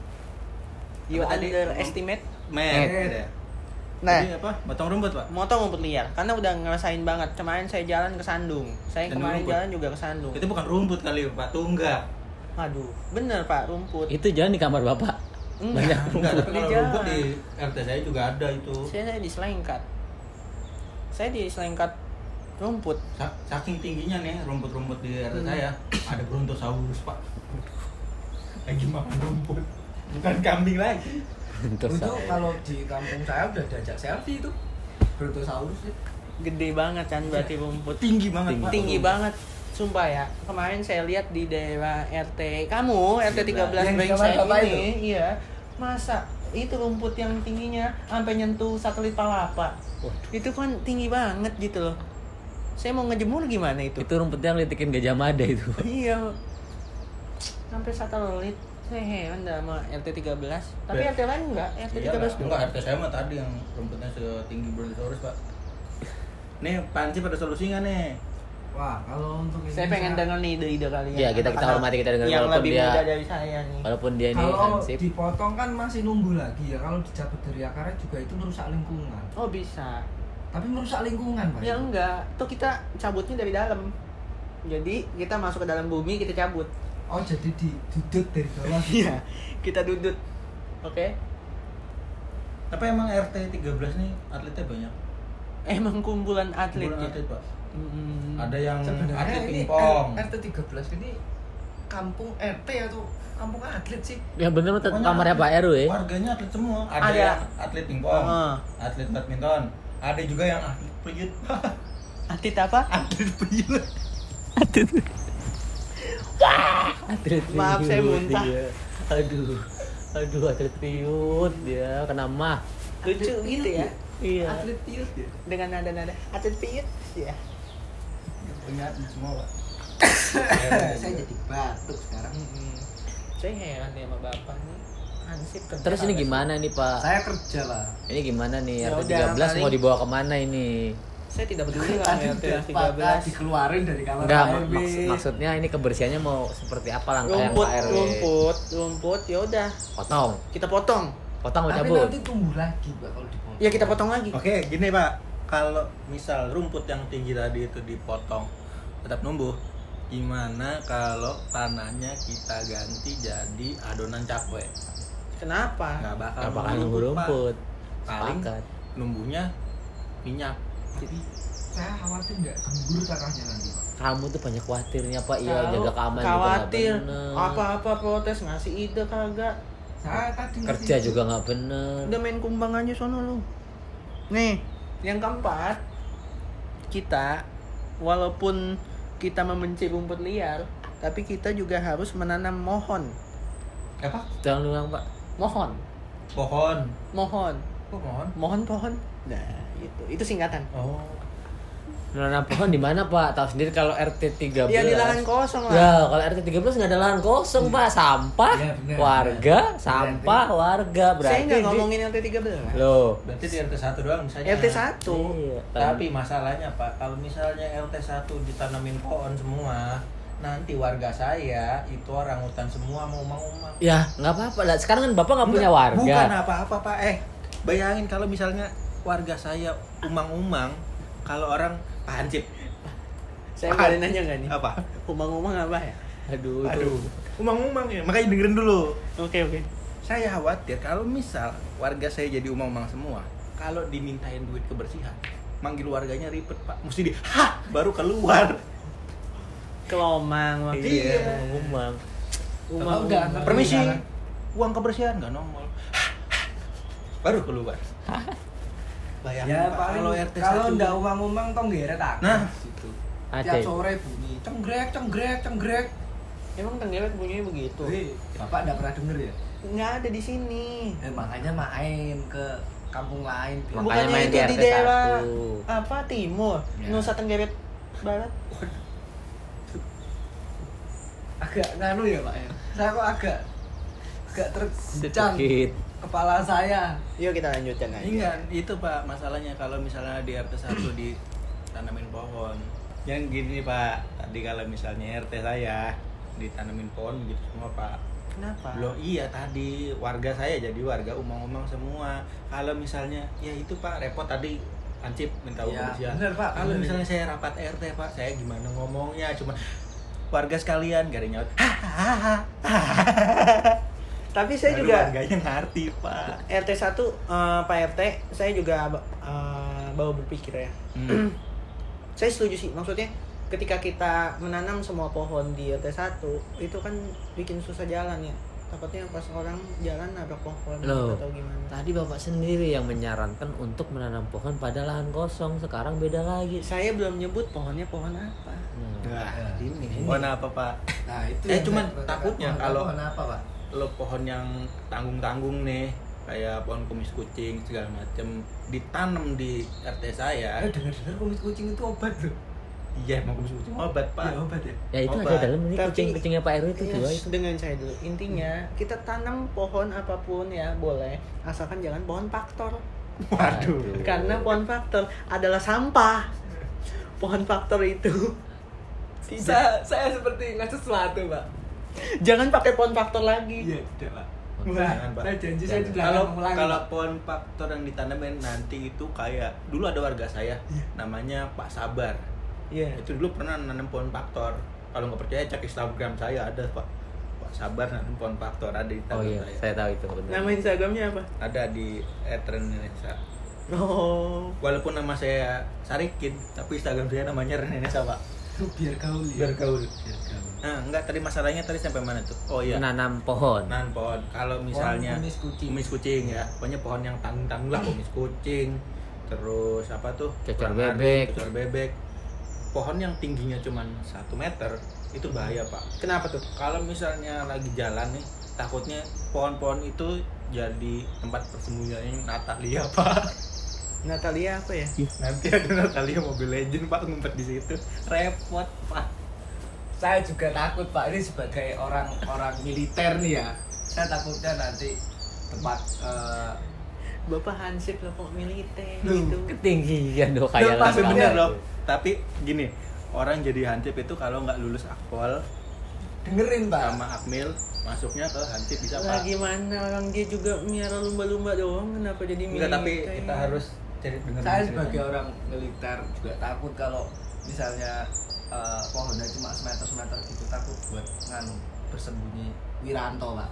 Speaker 1: You
Speaker 2: Apa tadi?
Speaker 1: underestimate?
Speaker 2: Men.
Speaker 4: Men.
Speaker 2: Udah.
Speaker 1: Nah,
Speaker 2: Jadi apa? Potong rumput, Pak.
Speaker 1: motong rumput liar karena udah ngerasain banget. Kemarin saya jalan ke Sandung. Saya
Speaker 2: Dan
Speaker 1: kemarin
Speaker 2: rumput.
Speaker 1: jalan juga ke Sandung.
Speaker 2: Itu bukan rumput kali, Pak. Tunggak.
Speaker 1: Aduh, bener Pak, rumput.
Speaker 3: Itu jangan di kamar Bapak. Banyak
Speaker 2: Enggak, tapi
Speaker 1: Di
Speaker 2: kalau
Speaker 1: jalan.
Speaker 2: rumput di RT saya juga ada itu.
Speaker 1: Saya diselengkat. Saya diselengkat rumput.
Speaker 2: Saking tingginya nih rumput-rumput di RT saya, ada brontosaurus, Pak. Lagi makan rumput. Bukan kambing lagi.
Speaker 3: Terus
Speaker 4: Itu kalau di kampung saya udah diajak selfie itu. Brontosaurus ya.
Speaker 1: Gede banget kan berarti rumput.
Speaker 2: Tinggi banget, Pak.
Speaker 1: Tinggi banget. Sumpah ya, kemarin saya lihat di daerah RT kamu, RT 13
Speaker 4: Yang di
Speaker 1: Brengsek
Speaker 4: kamar Bapak
Speaker 1: ini, iya. Masa itu rumput yang tingginya sampai nyentuh satelit palapa. Itu kan tinggi banget gitu loh. Saya mau ngejemur gimana itu?
Speaker 3: itu rumputnya ngelitikin Gajah Mada itu.
Speaker 1: Iya. Sampai satelit. Saya heran dah sama RT 13. Tapi RT lain enggak, RT 13
Speaker 2: enggak, RT saya mah tadi yang rumputnya setinggi brontosaurus, Pak. Nih, Panci pada solusinya nih.
Speaker 4: Wah, kalau untuk ini
Speaker 1: Saya pengen dengar nih ide-ide kalian.
Speaker 3: Ya, kita
Speaker 1: Anak-anak
Speaker 3: hormati, kita dengar
Speaker 1: yang
Speaker 3: walaupun
Speaker 1: lebih
Speaker 3: dia-
Speaker 1: muda dari saya nih.
Speaker 3: Walaupun dia ini
Speaker 4: kalau
Speaker 3: hansip.
Speaker 4: dipotong kan masih numbuh lagi ya. Kalau dicabut dari akarnya juga itu merusak lingkungan.
Speaker 1: Oh, bisa.
Speaker 4: Tapi merusak lingkungan, Pak.
Speaker 1: Ya enggak, tuh kita cabutnya dari dalam. Jadi kita masuk ke dalam bumi, kita cabut.
Speaker 4: Oh jadi duduk dari bawah.
Speaker 1: Iya, kita dudut. Oke.
Speaker 2: Tapi emang RT 13 nih atletnya banyak.
Speaker 1: Emang kumpulan atlet.
Speaker 2: Kumpulan
Speaker 1: ya?
Speaker 2: atlet, Pak.
Speaker 1: Mm.
Speaker 2: Ada yang
Speaker 4: Sebenarnya
Speaker 2: atlet
Speaker 4: ini
Speaker 2: pingpong.
Speaker 4: RT 13 ini kampung RT atau kampung atlet sih?
Speaker 3: Yang bener mah
Speaker 2: Pokoknya
Speaker 3: kamarnya Pak RW.
Speaker 2: Warganya atlet semua. Ada
Speaker 1: Ada.
Speaker 2: yang atlet pingpong,
Speaker 1: Heeh.
Speaker 2: atlet badminton. Ada juga yang atlet peyut.
Speaker 1: Atlet apa?
Speaker 2: Atlet peyut.
Speaker 1: Atlet.
Speaker 3: Atlet
Speaker 1: Maaf, saya
Speaker 3: piut,
Speaker 1: muntah.
Speaker 3: iya. Aduh atlet piut dia kena mah.
Speaker 1: Lucu gitu ya.
Speaker 3: Iya.
Speaker 4: Atlet piut ya.
Speaker 1: Dengan nada-nada atlet piut ya.
Speaker 2: Punya atlet semua, Pak.
Speaker 4: Saya jadi batuk sekarang.
Speaker 1: Saya heran ya sama bapak nih. Hansip kerja.
Speaker 3: Terus ini
Speaker 1: kagak
Speaker 3: gimana nih Pak?
Speaker 4: Saya kerja lah.
Speaker 3: Ini gimana nih
Speaker 1: Ya
Speaker 3: RT
Speaker 1: udah,
Speaker 3: 13 mau
Speaker 1: paling-
Speaker 3: dibawa kemana ini?
Speaker 1: sih? Saya tidak peduli lah
Speaker 4: Tadi
Speaker 1: ya
Speaker 4: udah
Speaker 1: RT
Speaker 4: patah
Speaker 1: 13.
Speaker 4: dikeluarin dari kamar
Speaker 3: Enggak,
Speaker 4: Pak RW.
Speaker 3: maksudnya ini kebersihannya mau seperti apa langkah yang
Speaker 1: Rumput,
Speaker 3: Pak RW?
Speaker 1: rumput, ya udah.
Speaker 3: Potong.
Speaker 1: Kita potong.
Speaker 3: Potong mau
Speaker 4: Tapi
Speaker 3: cabut.
Speaker 4: nanti tumbuh lagi Pak kalau dipotong.
Speaker 1: Ya kita potong lagi.
Speaker 2: Oke, gini Pak. Kalau misal rumput yang tinggi tadi itu dipotong tetap numbuh, gimana kalau tanahnya kita ganti jadi adonan cakwe?
Speaker 1: Kenapa?
Speaker 2: Nggak bakal
Speaker 3: Gak bakal
Speaker 2: numbuh
Speaker 3: nunggu rumput.
Speaker 2: Paling
Speaker 3: Sepakat.
Speaker 2: numbuhnya minyak.
Speaker 4: Jadi saya khawatir nggak gembur tanahnya nanti Pak.
Speaker 3: Kamu tuh banyak khawatirnya Pak. Iya,
Speaker 1: Tahu,
Speaker 3: jaga keamanan
Speaker 1: khawatir.
Speaker 3: juga nggak bener.
Speaker 1: Apa-apa protes ngasih ide kagak.
Speaker 4: Saya tadi
Speaker 3: Kerja juga nggak bener.
Speaker 1: Udah main kumbang aja sono lu. Nih, yang keempat, kita walaupun kita membenci rumput liar, tapi kita juga harus menanam mohon.
Speaker 2: Apa?
Speaker 3: Jangan ulang Pak.
Speaker 1: Mohon,
Speaker 2: Pohon.
Speaker 1: mohon,
Speaker 2: Kok pohon?
Speaker 1: mohon pohon. Nah, itu singkatan.
Speaker 2: Oh.
Speaker 3: Menanam pohon di mana Pak? Tahu sendiri kalau RT 13.
Speaker 1: Ya di lahan kosong lah.
Speaker 3: Ya, kalau RT 13 nggak ada lahan kosong, Pak. Sampah,
Speaker 4: Iya, bener,
Speaker 3: warga,
Speaker 4: bener.
Speaker 3: sampah, warga. Berarti
Speaker 1: Saya nggak
Speaker 3: di-
Speaker 1: ngomongin LT 13.
Speaker 3: Loh.
Speaker 2: Berarti di RT 1 doang misalnya.
Speaker 1: RT 1.
Speaker 3: Iya.
Speaker 2: Tapi masalahnya Pak, kalau misalnya RT 1 ditanamin pohon semua, nanti warga saya itu orang hutan semua mau umang-umang.
Speaker 3: Ya, nggak apa-apa lah. Sekarang kan Bapak nggak punya warga.
Speaker 2: Bukan apa-apa Pak. Bayangin kalau misalnya warga saya umang-umang, kalau orang Hansip.
Speaker 1: Saya boleh nanya nggak nih?
Speaker 2: Apa?
Speaker 1: Umang-umang apa ya?
Speaker 3: Aduh, itu.
Speaker 2: Aduh, umang-umang ya. Makanya dengerin dulu.
Speaker 1: Oke.
Speaker 2: Saya khawatir kalau misal warga saya jadi umang-umang semua, kalau dimintain duit kebersihan, manggil warganya ribet Pak. Mesti baru keluar.
Speaker 1: Kelomang waktu
Speaker 3: Iya,
Speaker 1: itu.
Speaker 3: umang.
Speaker 4: Bapak udah ngerti
Speaker 2: Permisi,
Speaker 4: kan?
Speaker 2: uang kebersihan nggak nongol. Baru keluar. Bayangin
Speaker 4: Ya
Speaker 2: Pak,
Speaker 4: paling
Speaker 2: kalau RT
Speaker 4: kalau
Speaker 2: 1.
Speaker 4: ndak umang-umang toh geret aku.
Speaker 2: Nah.
Speaker 4: Situ.
Speaker 3: Ada.
Speaker 4: Tiap sore bunyi cenggrek.
Speaker 1: Emang tenggelet bunyinya begitu?
Speaker 4: Bapak ndak pernah denger ya?
Speaker 1: Nggak ada di sini.
Speaker 4: Makanya main ke kampung lain.
Speaker 3: Makanya
Speaker 1: Bukannya
Speaker 3: main
Speaker 1: itu
Speaker 3: di
Speaker 1: di
Speaker 3: RT
Speaker 1: daerah
Speaker 3: 1.
Speaker 1: apa timur,
Speaker 4: Ya.
Speaker 1: Nusa Tenggara Barat.
Speaker 4: Agak nganu ya Pak ya. Saya kok agak terguncang
Speaker 3: Sedikit.
Speaker 4: kepala saya.
Speaker 1: Yuk kita lanjutkan aja.
Speaker 2: Enggak, itu Pak masalahnya kalau misalnya di RT 1 ditanamin pohon. Yang gini Pak, tadi kalau misalnya RT saya ditanamin pohon gitu semua Pak.
Speaker 1: Kenapa?
Speaker 2: Loh iya tadi warga saya jadi warga umang-umang semua. Kalau misalnya ya itu Pak repot tadi Hansip minta uang
Speaker 4: Iya,
Speaker 2: kebersihan.
Speaker 4: bener, Pak,
Speaker 2: Kalau
Speaker 4: bener.
Speaker 2: misalnya saya rapat RT Pak, saya gimana ngomongnya? Cuma warga sekalian gak ada nyaut.
Speaker 1: Tapi saya
Speaker 2: Baru
Speaker 1: juga
Speaker 2: warganya ngerti Pak.
Speaker 1: RT 1 Pak RT, saya juga baru berpikir ya. Saya setuju sih, maksudnya ketika kita menanam semua pohon di RT 1 itu kan bikin susah jalan ya. Takutnya pas orang jalan nabrak pohon
Speaker 3: Loh.
Speaker 1: atau gimana.
Speaker 3: Tadi Bapak sendiri yang menyarankan untuk menanam pohon pada lahan kosong. Sekarang beda lagi.
Speaker 1: Saya belum nyebut pohonnya pohon apa.
Speaker 2: Wah,
Speaker 4: ini.
Speaker 2: pohon apa Pak?
Speaker 4: Nah, itu
Speaker 2: Eh,
Speaker 4: yang
Speaker 2: cuman
Speaker 4: saya
Speaker 2: takutnya
Speaker 4: pertanyakan.
Speaker 2: kalau-
Speaker 4: Kenapa, Pak?
Speaker 2: Lo pohon yang tanggung-tanggung nih kayak pohon kumis kucing segala macem ditanam di RT saya.
Speaker 4: Dengar-dengar kumis kucing itu obat loh.
Speaker 2: Iya emang kumis kucing obat Pak.
Speaker 4: Iya, obat ya.
Speaker 3: Ya itu
Speaker 2: Obat.
Speaker 3: ada dalam ini
Speaker 1: Tapi-
Speaker 3: kucing-kucingnya Pak RW itu
Speaker 1: Iya,
Speaker 3: dua itu.
Speaker 1: dengan saya dulu. Intinya kita tanam pohon apapun ya boleh, asalkan jangan pohon faktor.
Speaker 2: Waduh.
Speaker 1: Karena pohon faktor adalah sampah. Pohon faktor itu tidak.
Speaker 4: Saya seperti ingat sesuatu, Pak.
Speaker 1: Jangan pakai pohon faktor lagi.
Speaker 4: Iya, tidak, Pak.
Speaker 2: Jangan, Pak.
Speaker 4: Saya janji saya tidak
Speaker 2: Kalau
Speaker 4: akan mengulangi.
Speaker 2: kalau
Speaker 4: Pak.
Speaker 2: pohon faktor yang ditanamin nanti itu kayak dulu ada warga saya namanya Pak Sabar.
Speaker 1: Iya.
Speaker 2: Itu dulu pernah nanam pohon faktor. Kalau nggak percaya cek Instagram saya ada Pak. Sabar nanam pohon faktor ada di
Speaker 3: Oh
Speaker 2: Instagram
Speaker 3: iya, saya tahu itu benar.
Speaker 1: Nama Instagramnya apa?
Speaker 2: Ada di @renenesa.
Speaker 1: Oh,
Speaker 2: Walaupun nama saya Sarikin, tapi Instagram saya namanya Renenesa, Pak.
Speaker 4: Biar gaul ya.
Speaker 2: Biar gaul. Nah, enggak, tadi masalahnya tadi sampai mana tuh? Oh iya.
Speaker 3: Menanam pohon.
Speaker 2: Nanam pohon. Kalau misalnya
Speaker 4: kumis kucing.
Speaker 2: ya, pokoknya pohon yang tanggung-tanggung lah, kumis kucing. Terus apa tuh?
Speaker 3: Cocor
Speaker 2: Kurang
Speaker 3: bebek.
Speaker 2: cocor bebek. Pohon yang tingginya cuma 1 meter itu bahaya, Pak.
Speaker 1: kenapa tuh?
Speaker 2: Kalau misalnya lagi jalan nih, takutnya pohon-pohon itu jadi tempat persembunyian Natalia, Pak.
Speaker 1: Natalia apa ya?
Speaker 2: Nanti ada Natalia Mobile Legend, Pak, ngumpet di situ. Repot, Pak.
Speaker 4: Saya juga takut Pak, ini sebagai orang militer nih ya. Saya takutnya nanti tempat
Speaker 1: Bapak Hansip lah kok militer
Speaker 4: Loh,
Speaker 1: gitu.
Speaker 3: Ketinggian dong
Speaker 4: Loh,
Speaker 3: kayak
Speaker 4: Pak,
Speaker 2: Tapi
Speaker 4: Sebenarnya-
Speaker 2: bener loh. Tapi gini, orang jadi hansip itu kalau nggak lulus akpol
Speaker 4: dengerin Pak.
Speaker 2: sama akmil, masuknya ke hansip bisa,
Speaker 1: Lah
Speaker 2: Pak.
Speaker 1: gimana orang dia juga miara lumba-lumba doang, kenapa jadi militer?
Speaker 2: Enggak, tapi kita harus cari dengerin
Speaker 4: Saya
Speaker 2: ceritanya.
Speaker 4: sebagai orang militer juga takut kalau misalnya pohonnya cuma semeter gitu, takut buat nganu bersembunyi Wiranto Pak.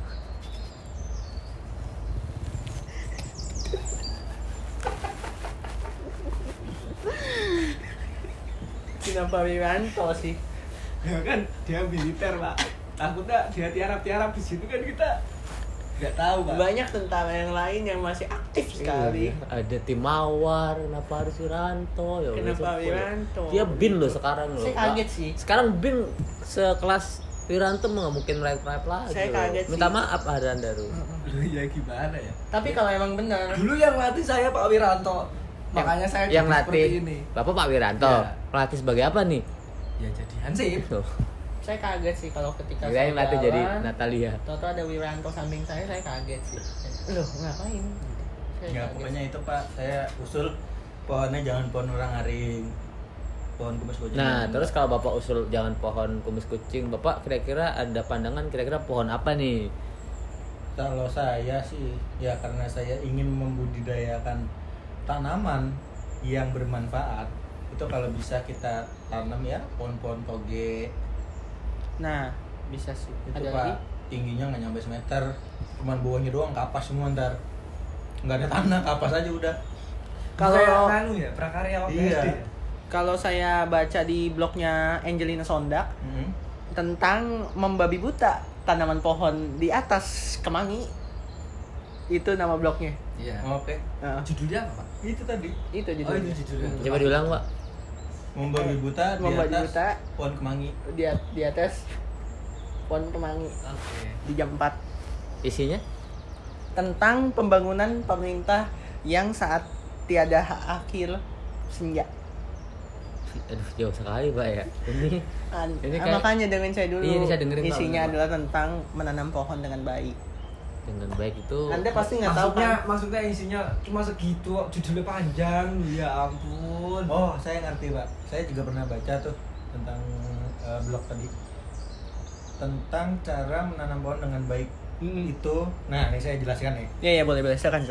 Speaker 1: Kenapa Wiranto sih?
Speaker 4: Ya kan dia militer Pak. Takutnya dia tiarap-tiarap di situ kan kita nggak tahu Pak.
Speaker 1: Banyak tentara yang lain yang masih aktif sekali.
Speaker 3: Iya, ada tim Mawar, kenapa harus Wiranto? Ya udah,
Speaker 1: Kenapa
Speaker 3: syukur.
Speaker 1: Wiranto?
Speaker 3: Dia bin loh sekarang loh.
Speaker 1: Saya kaget sih.
Speaker 3: Sekarang bin sekelas Wiranto nggak mungkin rap lagi.
Speaker 1: Saya
Speaker 3: loh.
Speaker 1: kaget
Speaker 3: Minta
Speaker 1: sih.
Speaker 3: maaf Hadran Daru.
Speaker 4: Lu ya gimana ya?
Speaker 1: Tapi kalau emang benar,
Speaker 4: Dulu yang latih saya Pak Wiranto. Makanya saya
Speaker 3: yang
Speaker 4: jadi
Speaker 3: latih
Speaker 4: seperti ini.
Speaker 3: Bapak Pak Wiranto.
Speaker 4: Iya.
Speaker 3: Latih sebagai apa nih?
Speaker 4: Ya jadi hansip.
Speaker 3: Tuh.
Speaker 1: saya kaget sih kalau ketika
Speaker 3: Kirain
Speaker 1: saya
Speaker 3: latih jadi
Speaker 1: jalan,
Speaker 3: Natalia.
Speaker 1: Toto ada Wiranto samping saya kaget sih. Loh, ngapain? Saya
Speaker 2: Ya,
Speaker 1: kaget.
Speaker 2: pokoknya itu, Pak. Saya usul pohonnya jangan pohon orang aring. Pohon kumis kucing.
Speaker 3: Nah, terus kalau Bapak usul jangan pohon kumis kucing, Bapak kira-kira ada pandangan kira-kira pohon apa nih?
Speaker 2: kalau saya sih ya karena saya ingin membudidayakan tanaman yang bermanfaat, itu kalau bisa kita tanam ya pohon-pohon toge.
Speaker 1: Nah, bisa sih.
Speaker 2: Itu,
Speaker 1: Ada
Speaker 2: Pak,
Speaker 1: lagi?
Speaker 2: tingginya nggak nyampe semeter, cuman bawahnya doang kapas semua, ntar nggak ada tanah, kapas aja udah.
Speaker 1: Kalau
Speaker 4: anu ya, prakarya waktu
Speaker 2: Iya.
Speaker 4: SD.
Speaker 1: kalau saya baca di blognya Angelina Sondak tentang membabi buta tanaman pohon di atas kemangi, itu nama blognya.
Speaker 4: Iya.
Speaker 2: Oke,
Speaker 1: Nah,
Speaker 4: Judulnya apa Pak?
Speaker 2: itu tadi
Speaker 1: itu
Speaker 4: Oh
Speaker 1: judulnya.
Speaker 4: itu judulnya.
Speaker 3: Coba diulang, Pak.
Speaker 2: membabi buta di
Speaker 1: Membabi
Speaker 2: atas
Speaker 1: buta.
Speaker 2: pohon kemangi.
Speaker 1: Di atas pohon kemangi
Speaker 4: Oke.
Speaker 1: di jam 4,
Speaker 3: Isinya?
Speaker 1: tentang pembangunan pemerintah yang saat tiada akhir senja.
Speaker 3: Aduh, jauh sekali, Pak ya. Ini kayak-
Speaker 1: Makanya dengerin saya dulu.
Speaker 3: Iya, ini saya dengerin, Pak,
Speaker 1: Isinya
Speaker 3: bener, Pak.
Speaker 1: adalah tentang menanam pohon dengan baik.
Speaker 3: Dengan baik itu.
Speaker 1: Anda pasti nggak tahu kan?
Speaker 4: Maksudnya isinya cuma segitu, kok, judulnya panjang. Ya ampun.
Speaker 2: Oh, saya ngerti, Pak. Saya juga pernah baca tuh tentang blog tadi, tentang cara menanam pohon dengan baik. Itu, nah ini saya jelaskan nih.
Speaker 1: Iya, boleh silakan.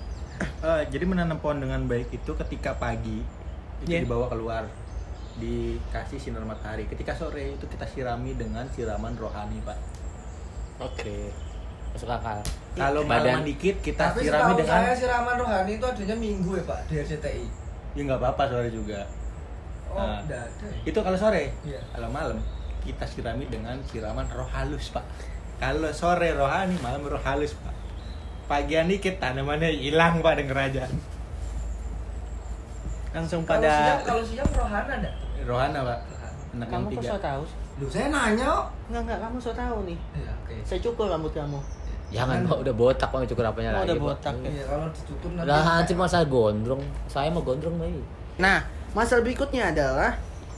Speaker 2: Jadi menanam pohon dengan baik itu ketika pagi itu
Speaker 1: Iya.
Speaker 2: dibawa keluar, dikasih sinar matahari. Ketika sore itu kita sirami dengan siraman rohani, Pak.
Speaker 3: Oke. Masuk akal.
Speaker 2: Kalau
Speaker 3: Badan-
Speaker 2: malaman dikit kita
Speaker 4: Tapi
Speaker 2: sirami
Speaker 4: setahu
Speaker 2: dengan
Speaker 4: saya siraman rohani itu adanya minggu ya Pak di RCTI.
Speaker 2: ya nggak apa-apa sore juga.
Speaker 4: Oh,
Speaker 2: Nah,
Speaker 4: enggak ada.
Speaker 2: itu kalau sore.
Speaker 4: Iya.
Speaker 2: Kalau malam kita sirami dengan siraman roh halus, Pak. Kalau sore rohani, malam roh halus, Pak. Pagian dikit tanamannya hilang, Pak, denger aja.
Speaker 1: Langsung
Speaker 4: Kalau
Speaker 1: pada
Speaker 4: siang rohana ada.
Speaker 2: Rohana, Pak. Anak yang
Speaker 1: kamu kok
Speaker 2: tiga.
Speaker 1: so tahu?
Speaker 4: Loh, saya nanya kok.
Speaker 1: Enggak, kamu so tahu nih.
Speaker 4: Iya, oke.
Speaker 1: Saya cukur rambut kamu.
Speaker 3: Jangan, Pak, udah botak, Pak, cukur apanya
Speaker 1: Oh,
Speaker 3: lagi.
Speaker 1: udah
Speaker 3: Pak.
Speaker 1: botak, ya.
Speaker 4: Iya, kalau ditutup nanti.
Speaker 3: Lah, hancur masa gondrong. Saya mau gondrong, Pak.
Speaker 1: Nah, masalah berikutnya adalah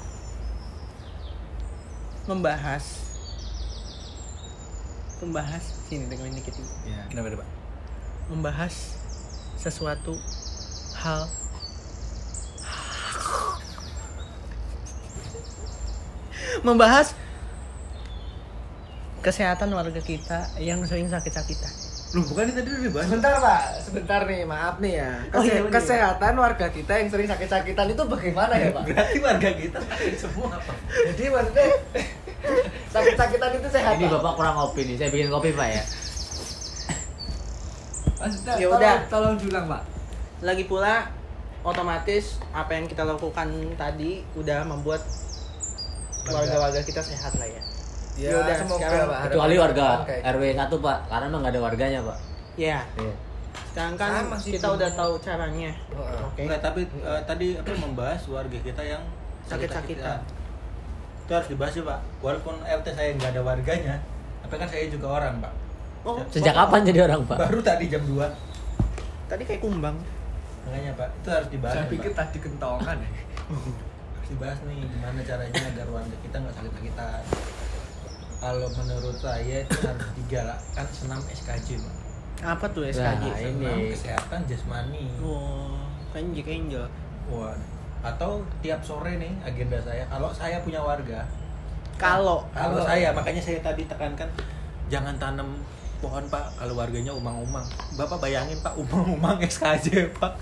Speaker 1: membahas sini dengerin dikit ini.
Speaker 4: Iya.
Speaker 2: Kenapa, Pak?
Speaker 1: Membahas sesuatu hal membahas kesehatan warga kita yang sering sakit-sakitan.
Speaker 2: Lu bukan tadi udah dibahas.
Speaker 4: Sebentar Pak, sebentar nih, maaf nih ya.
Speaker 1: Oh, iya, bener.
Speaker 4: Kesehatan warga kita yang sering sakit-sakitan itu bagaimana ya Pak?
Speaker 2: Berarti warga kita sakit semua, Pak.
Speaker 4: Jadi maksudnya Sakit-sakitan itu sehat.
Speaker 3: Ini
Speaker 4: Pak.
Speaker 3: Bapak kurang kopi nih. Saya bikin kopi, Pak ya.
Speaker 4: Maksudnya,
Speaker 1: Ya udah.
Speaker 4: tolong diulang, Pak.
Speaker 1: Lagi pula otomatis apa yang kita lakukan tadi udah membuat warga-warga kita sehat lah ya.
Speaker 4: Ya,
Speaker 1: Yaudah,
Speaker 4: semoga
Speaker 1: sekarang-
Speaker 4: Pak.
Speaker 3: Kecuali
Speaker 4: harapan
Speaker 3: warga
Speaker 4: kayak
Speaker 3: RW 1, Pak. Karena emang nggak ada warganya, Pak.
Speaker 1: Ya,
Speaker 3: Iya.
Speaker 1: sekarang kan
Speaker 4: Sama sih,
Speaker 1: kita
Speaker 4: belum.
Speaker 1: udah tahu caranya.
Speaker 4: Heeh.
Speaker 1: Oke.
Speaker 2: Enggak, tapi tadi apa membahas warga kita yang
Speaker 1: Sakit-sakitan.
Speaker 2: Itu harus dibahas ya, Pak. Walaupun RT saya nggak ada warganya, tapi kan saya juga orang, Pak.
Speaker 1: Oh,
Speaker 3: Sejak kapan jadi orang, Pak?
Speaker 2: Baru tadi jam 2.
Speaker 1: tadi kayak kumbang.
Speaker 2: Makanya, Pak, itu harus dibahas.
Speaker 4: Saya
Speaker 2: ya,
Speaker 4: pikir
Speaker 2: Pak.
Speaker 4: tadi kentongan ya.
Speaker 2: Harus dibahas nih gimana caranya agar warga kita nggak sakit-sakitan. Kalau menurut saya itu harus digalakkan senam SKJ, Pak.
Speaker 1: Apa tuh
Speaker 3: Nah,
Speaker 1: SKJ?
Speaker 3: ini.
Speaker 2: Senam kesehatan jasmani.
Speaker 1: Wah, kan Jack Angel.
Speaker 2: Wah. Atau tiap sore nih agenda saya, kalau saya punya warga,
Speaker 1: Kalau
Speaker 2: saya, makanya saya tadi tekankan jangan tanam pohon, Pak, kalau warganya umang-umang. Bapak bayangin, Pak, umang-umang SKJ, Pak.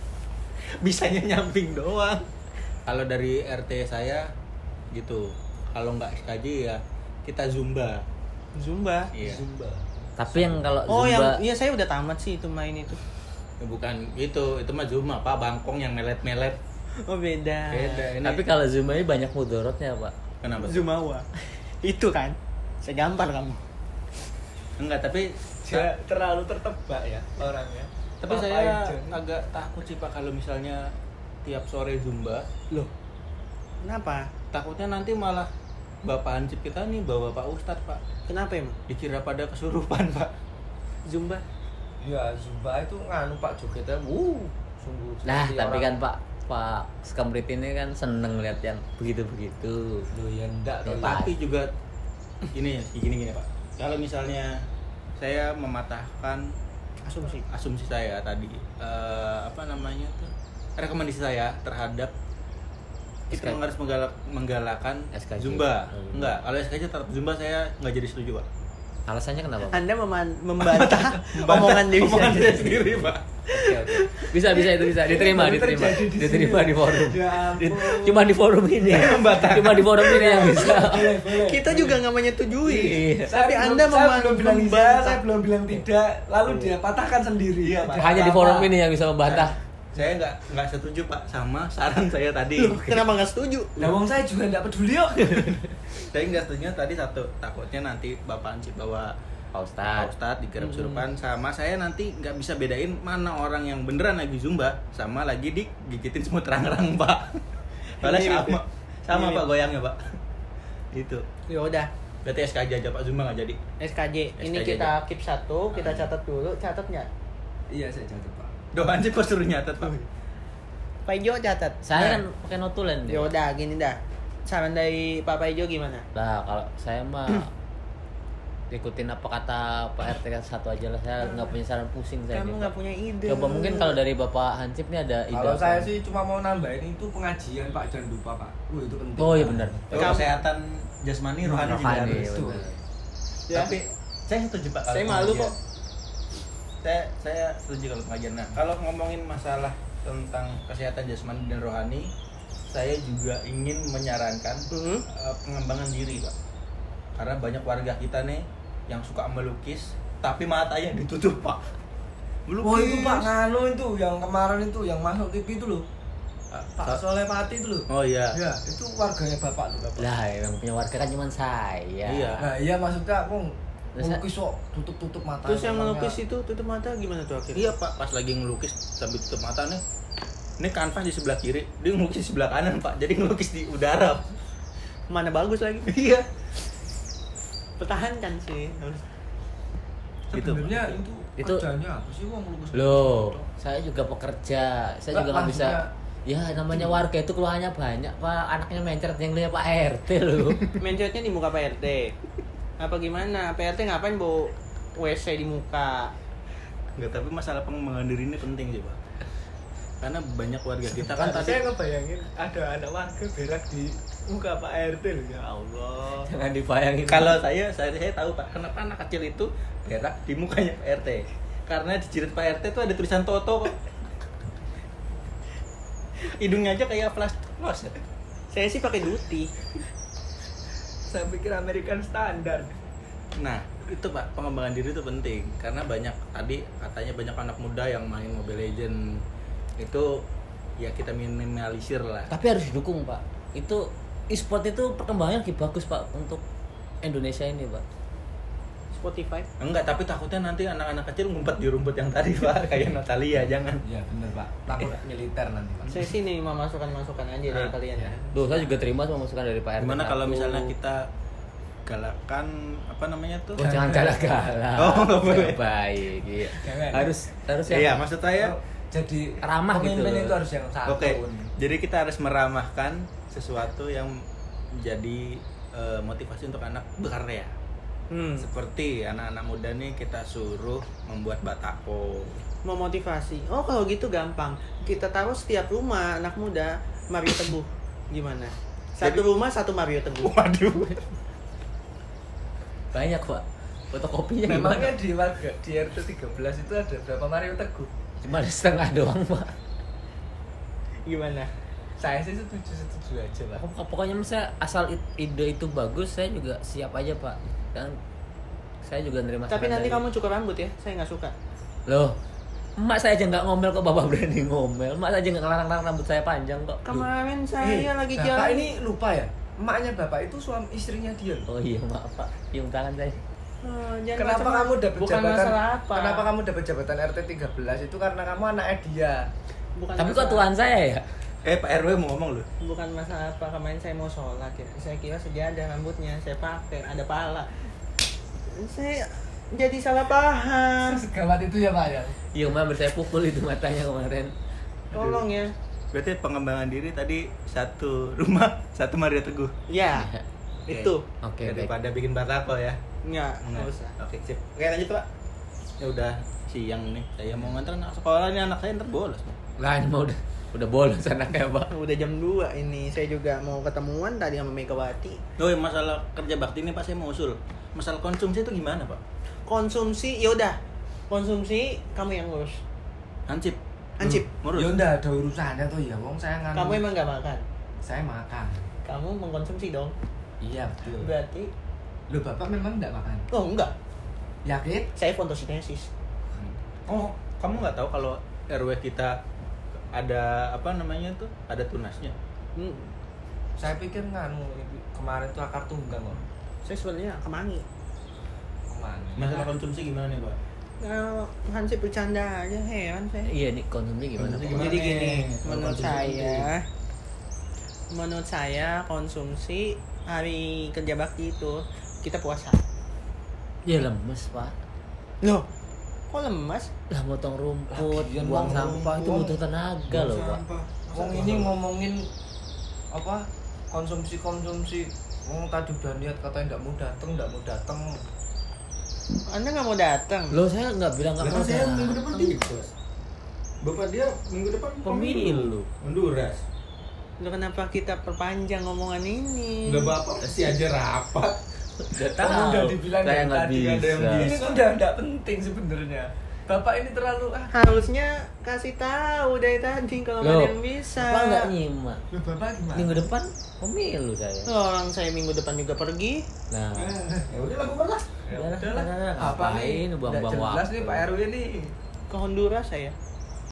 Speaker 2: Bisanya nyamping doang. Kalau dari RT saya gitu. Kalau nggak SKJ ya kita Zumba.
Speaker 1: Zumba.
Speaker 2: Iya. Zumba.
Speaker 3: Tapi yang kalau
Speaker 1: Oh,
Speaker 3: Zumba,
Speaker 1: yang iya saya udah tamat sih itu main itu.
Speaker 2: Bukan itu mah Zumba, Pak, bangkong yang melet-melet.
Speaker 1: Oh, beda.
Speaker 2: Beda ini.
Speaker 3: tapi kalau Zumba ini banyak mudorotnya, Pak.
Speaker 2: Kenapa?
Speaker 1: Zumawa. Itu kan. Saya gampar kamu.
Speaker 2: Enggak, tapi
Speaker 4: Dia terlalu tertebak ya orangnya.
Speaker 2: Tapi
Speaker 4: Papa
Speaker 2: saya
Speaker 4: Ijon.
Speaker 2: agak takut sih, Pak, kalau misalnya tiap sore Zumba.
Speaker 1: Loh. Kenapa?
Speaker 2: Takutnya nanti malah Bapak Hansip kita nih bawa Pak Ustadz, Pak.
Speaker 1: Kenapa emang?
Speaker 2: Dikira pada kesurupan, Pak.
Speaker 1: Zumba.
Speaker 4: Ya, Zumba itu nganu Pak jogetnya. Sungguh.
Speaker 3: Nah,
Speaker 4: seperti
Speaker 3: tapi
Speaker 4: orang-
Speaker 3: kan Pak Skambrit ini kan seneng lihat yang begitu-begitu.
Speaker 4: Loh, ya enggak
Speaker 3: Ya,
Speaker 4: toh.
Speaker 3: Pak.
Speaker 2: Tapi juga ini gini Pak. Kalau misalnya saya mematahkan asumsi saya tadi, apa namanya tuh, rekomendasi saya terhadap kita
Speaker 3: SKJ.
Speaker 2: harus menggalakkan
Speaker 3: SKJ.
Speaker 2: Zumba.
Speaker 3: Hmm.
Speaker 2: Enggak, kalau SKJ tetap Zumba saya nggak jadi setuju, Pak.
Speaker 3: Alasannya kenapa, Pak?
Speaker 1: Anda membantah omongan diri
Speaker 2: Omongan
Speaker 1: sendiri.
Speaker 2: saya sendiri, Pak.
Speaker 3: Oke, oke. Bisa itu bisa diterima
Speaker 4: Baru
Speaker 3: diterima
Speaker 4: terjadi di
Speaker 3: diterima
Speaker 4: sini.
Speaker 3: di forum.
Speaker 4: Ya ampun.
Speaker 3: Cuma di forum ini. Cuma di forum ini yang bisa.
Speaker 4: Boleh, boleh.
Speaker 1: Kita juga nggak menyetujui.
Speaker 3: Iya.
Speaker 1: Tapi Anda
Speaker 4: saya belum bilang iya,
Speaker 1: membantah.
Speaker 4: saya belum bilang tidak, lalu dia patahkan sendiri.
Speaker 2: Iya, Pak.
Speaker 3: Hanya di forum ini yang bisa membantah.
Speaker 2: Saya nggak setuju, Pak, sama saran saya tadi.
Speaker 1: Kenapa nggak setuju?
Speaker 4: Lah wong saya juga enggak peduli kok.
Speaker 2: Saya nggak setuju tadi satu, takutnya nanti Bapak Hansip bawa
Speaker 3: Pak
Speaker 2: Pak
Speaker 3: Ustadz.
Speaker 2: Ustadz dikira kesurupan, sama saya nanti nggak bisa bedain mana orang yang beneran lagi Zumba sama lagi digigitin semut rang-rang, Pak. Padahal
Speaker 1: Mirip ya?
Speaker 2: sama
Speaker 1: Mirip.
Speaker 2: Pak goyangnya, Pak. Itu.
Speaker 1: Ya udah.
Speaker 2: Berarti SKJ aja, Pak, Zumba nggak jadi.
Speaker 1: SKJ. Ini
Speaker 2: SKJ
Speaker 1: kita keep satu, kita catat dulu. Catat nggak?
Speaker 4: Iya, saya catat, Pak.
Speaker 2: Doa Hansip kok suruh nyatet, Pak.
Speaker 1: Pak Ijo catat.
Speaker 3: Saya kan pakai notulen
Speaker 1: Ya
Speaker 3: nih.
Speaker 1: udah, gini dah. Saran dari Pak Ijo gimana?
Speaker 3: Lah kalau saya mah ikutin apa kata Pak RT kan satu aja lah. Saya nggak punya saran pusing saya.
Speaker 1: Kamu
Speaker 3: nih,
Speaker 1: nggak
Speaker 3: Pak.
Speaker 1: punya ide.
Speaker 3: Coba mungkin kalau dari Bapak Hansip nih ada ide.
Speaker 4: Kalau
Speaker 3: apa?
Speaker 4: saya sih cuma mau nambahin itu pengajian, Pak, jangan lupa, Pak. Itu penting.
Speaker 3: Oh iya benar.
Speaker 2: Kesehatan jasmani, rohani juga
Speaker 3: Rohani,
Speaker 2: harus.
Speaker 3: benar.
Speaker 4: Betul.
Speaker 1: Ya.
Speaker 2: Tapi saya setuju, Pak. kalau
Speaker 1: Saya malu
Speaker 2: pengajian.
Speaker 1: kok.
Speaker 2: Saya setuju kalau pengajian. Nah, kalau ngomongin masalah tentang kesehatan jasmani dan rohani, saya juga ingin menyarankan
Speaker 1: Mhm.
Speaker 2: pengembangan diri, Pak. Karena banyak warga kita nih yang suka melukis tapi matanya ditutup, Pak. Melukis.
Speaker 4: Oh itu Pak Ngano itu yang kemarin itu yang masuk TV itu loh. Pak Soleh Pati itu loh.
Speaker 2: Oh iya.
Speaker 4: Ya, itu warganya Bapak tuh, Bapak.
Speaker 3: Lah yang punya warga kan cuma saya.
Speaker 2: Iya.
Speaker 4: Nah, iya maksudnya aku
Speaker 3: Terus-
Speaker 4: melukis kok tutup-tutup mata.
Speaker 1: Terus yang
Speaker 4: orangnya.
Speaker 1: melukis itu tutup mata gimana tuh akhirnya?
Speaker 2: Iya, Pak, pas lagi ngelukis sambil tutup mata nih. Ini kanvas di sebelah kiri, dia ngelukis di sebelah kanan, Pak. Jadi ngelukis di udara.
Speaker 1: Mana bagus lagi?
Speaker 2: Iya.
Speaker 1: Pertahankan sih.
Speaker 2: Gitu,
Speaker 4: Sebenarnya
Speaker 2: Pak.
Speaker 4: itu kerjanya apa sih wong melukis?
Speaker 3: Loh, saya juga pekerja. Saya juga nggak bisa. Ya namanya warga itu keluhannya banyak, Pak. Anaknya mencret yang lihat Pak RT loh.
Speaker 1: Mencetnya di muka Pak RT. Apa gimana? Pak RT ngapain bawa WC di muka?
Speaker 2: Enggak, tapi masalah pengembangan diri ini penting sih, Pak. Karena banyak warga kita kan tadi
Speaker 4: saya ngebayangin ada anak warga berak di muka Pak RT loh, ya Allah.
Speaker 3: Jangan dibayangin.
Speaker 2: kalau saya tahu, Pak, kenapa anak kecil itu berak di mukanya Pak RT. Karena di jidat Pak RT itu ada tulisan Toto, Pak. Hidungnya aja kayak flash close.
Speaker 1: Saya sih pakai duty.
Speaker 4: saya pikir American Standard.
Speaker 2: Nah, itu Pak, pengembangan diri itu penting karena banyak tadi katanya banyak anak muda yang main Mobile Legend itu ya kita minimalisir lah.
Speaker 3: Tapi harus didukung Pak. Itu e-sport itu perkembangannya lagi bagus Pak untuk Indonesia ini Pak.
Speaker 1: Spotify.
Speaker 2: Enggak, tapi takutnya nanti anak-anak kecil ngumpet di rumput yang tadi Pak, kayak Natalia, jangan.
Speaker 4: Iya bener Pak. Takut militer nanti Pak.
Speaker 1: Saya sini mau masukan aja dari kalian ya.
Speaker 3: Duh, saya juga terima sama masukan dari Pak RT.
Speaker 2: Gimana kalau
Speaker 3: satu.
Speaker 2: misalnya kita galakan apa namanya tuh?
Speaker 3: Oh, jangan galak-galak.
Speaker 2: Oh, nggak boleh.
Speaker 3: Nggak baik. Iya.
Speaker 4: Jangan.
Speaker 3: Harus yang
Speaker 2: Iya, maksud saya
Speaker 4: Jadi
Speaker 3: ramah gitu
Speaker 4: pemimpin
Speaker 3: loh.
Speaker 4: itu harus yang santun.
Speaker 2: oke. Jadi kita harus meramahkan sesuatu yang menjadi motivasi untuk anak berkarya. Seperti anak-anak muda nih kita suruh membuat batako.
Speaker 1: Memotivasi. Oh, kalau gitu gampang. Kita taruh setiap rumah anak muda Mario Teguh. Gimana? Satu rumah satu Mario Teguh.
Speaker 2: Waduh.
Speaker 3: banyak Pak. Fotokopinya
Speaker 4: Memangnya
Speaker 3: gimana?
Speaker 4: di warga di RT 13 itu ada berapa Mario Teguh?
Speaker 3: Cuma ada setengah doang Pak.
Speaker 1: Gimana?
Speaker 4: Saya sih setuju aja Pak.
Speaker 3: Pokoknya misalnya asal ide itu bagus, saya juga siap aja Pak. Dan saya juga nerima.
Speaker 1: Tapi
Speaker 3: saran
Speaker 1: nanti
Speaker 3: dari-
Speaker 1: kamu cukur rambut ya. Saya nggak suka.
Speaker 3: Loh, emak saya aja nggak ngomel kok Bapak berani ngomel. Emak saya aja nggak ngelarang rambut saya panjang kok.
Speaker 1: Kemarin saya lagi
Speaker 4: Bapak
Speaker 1: jalan.
Speaker 4: ini lupa ya? Emaknya Bapak itu suami istrinya dia loh.
Speaker 3: Oh iya maaf Pak, cium tangan saya.
Speaker 1: Oh, jangan
Speaker 4: Kenapa
Speaker 1: macam-
Speaker 4: kamu dapat
Speaker 1: bukan
Speaker 4: jabatan?
Speaker 1: masalah apa?
Speaker 4: Kenapa kamu dapat jabatan RT 13 itu karena kamu anaknya dia.
Speaker 1: Bukan
Speaker 3: Tapi kok
Speaker 1: masalah-
Speaker 3: Tuhan saya ya?
Speaker 2: Pak RW mau ngomong loh.
Speaker 1: Bukan masalah apa. Kemarin saya mau sholat ya. Saya kira sejadah rambutnya. Saya pakai ada pala. Saya jadi salah paham.
Speaker 4: Segawat itu ya Pak ya.
Speaker 3: Iya Mbak, saya pukul itu matanya kemarin.
Speaker 1: Tolong ya.
Speaker 2: Berarti pengembangan diri tadi satu rumah, satu Mario Teguh.
Speaker 1: Ya.
Speaker 2: Oke.
Speaker 1: Itu.
Speaker 3: Oke, baik.
Speaker 2: Daripada bikin batako ya.
Speaker 1: Enggak usah.
Speaker 2: Oke, sip. Oke, lanjut Pak. Ya udah siang nih. Saya mau nganter anak sekolah nih, anak saya ntar bolos.
Speaker 3: Lah ini mah udah bolos anaknya Pak.
Speaker 1: Udah jam 2 ini. Saya juga mau ketemuan tadi sama Megawati.
Speaker 2: Oh, masalah kerja bakti ini Pak saya mau usul. Masalah konsumsi itu gimana Pak?
Speaker 1: Konsumsi, yaudah. Konsumsi kamu yang ngurus.
Speaker 2: Hansip.
Speaker 1: Hansip.
Speaker 2: Ngurus.
Speaker 4: Ya udah ada urusannya tuh ya, wong saya
Speaker 1: Kamu emang nggak makan.
Speaker 4: saya makan.
Speaker 1: Kamu mengkonsumsi dong.
Speaker 4: Iya betul.
Speaker 1: Berarti
Speaker 4: Loh Bapak memang enggak makan?
Speaker 1: oh enggak.
Speaker 4: Yakin?
Speaker 1: Saya fotosintesis.
Speaker 2: Oh, kamu nggak tahu kalau RW kita ada apa namanya tuh? Ada tunasnya.
Speaker 4: Saya pikir kemarin tuh akar tunggang kok.
Speaker 1: Saya sebenarnya kemangi.
Speaker 4: Kemana?
Speaker 2: Masalah konsumsi gimana nih Pak?
Speaker 1: Hansip bercanda aja, heran saya.
Speaker 3: Iya nih konsumsi gimana
Speaker 2: Konsumsi
Speaker 3: Pak?
Speaker 2: gimana?
Speaker 1: Jadi gini,
Speaker 2: Kalau
Speaker 1: menurut saya konsumsi hari kerja bakti itu kita puasa.
Speaker 3: Ya lemes Pak.
Speaker 1: Loh, kok lemas?
Speaker 3: Lah motong rumput,
Speaker 4: Lagian
Speaker 3: buang
Speaker 4: Bang,
Speaker 3: sampah itu
Speaker 4: Bang.
Speaker 3: butuh tenaga loh Pak.
Speaker 4: Wong ini ngomongin apa? Konsumsi. Wong tadi udah niat katanya enggak mau datang.
Speaker 1: Anda nggak mau datang?
Speaker 3: Loh saya nggak bilang nggak mau
Speaker 2: saya minggu depan
Speaker 3: datang.
Speaker 2: tikus. Bapak dia minggu depan
Speaker 3: Pemilu.
Speaker 2: Honduras.
Speaker 1: Loh, kenapa kita perpanjang ngomongan ini?
Speaker 2: Udah Bapak pasti aja rapat.
Speaker 3: Udah
Speaker 4: Kamu
Speaker 3: tahu.
Speaker 4: udah dibilang
Speaker 3: Saya
Speaker 4: dari
Speaker 3: nggak
Speaker 4: tadi
Speaker 3: bisa.
Speaker 2: ada yang
Speaker 4: Ini
Speaker 2: bisa.
Speaker 4: tuh udah enggak penting sebenarnya. Bapak ini terlalu
Speaker 1: Harusnya kasih tahu dari tadi kalau nggak
Speaker 3: Loh,
Speaker 1: ada yang bisa.
Speaker 3: Bapak nggak nyimak.
Speaker 4: Loh, Bapak gimana?
Speaker 3: Minggu depan pemilu saya.
Speaker 1: Orang saya minggu depan juga pergi.
Speaker 3: Nah,
Speaker 2: Ya udah lakukan lah.
Speaker 4: Ya
Speaker 3: udah
Speaker 4: udahlah.
Speaker 3: lah,
Speaker 4: Apa
Speaker 3: ngapain
Speaker 4: nih?
Speaker 3: buang-buang
Speaker 4: Udah jelas
Speaker 3: waktu.
Speaker 4: nih Pak RW nih.
Speaker 1: Ke Honduras saya.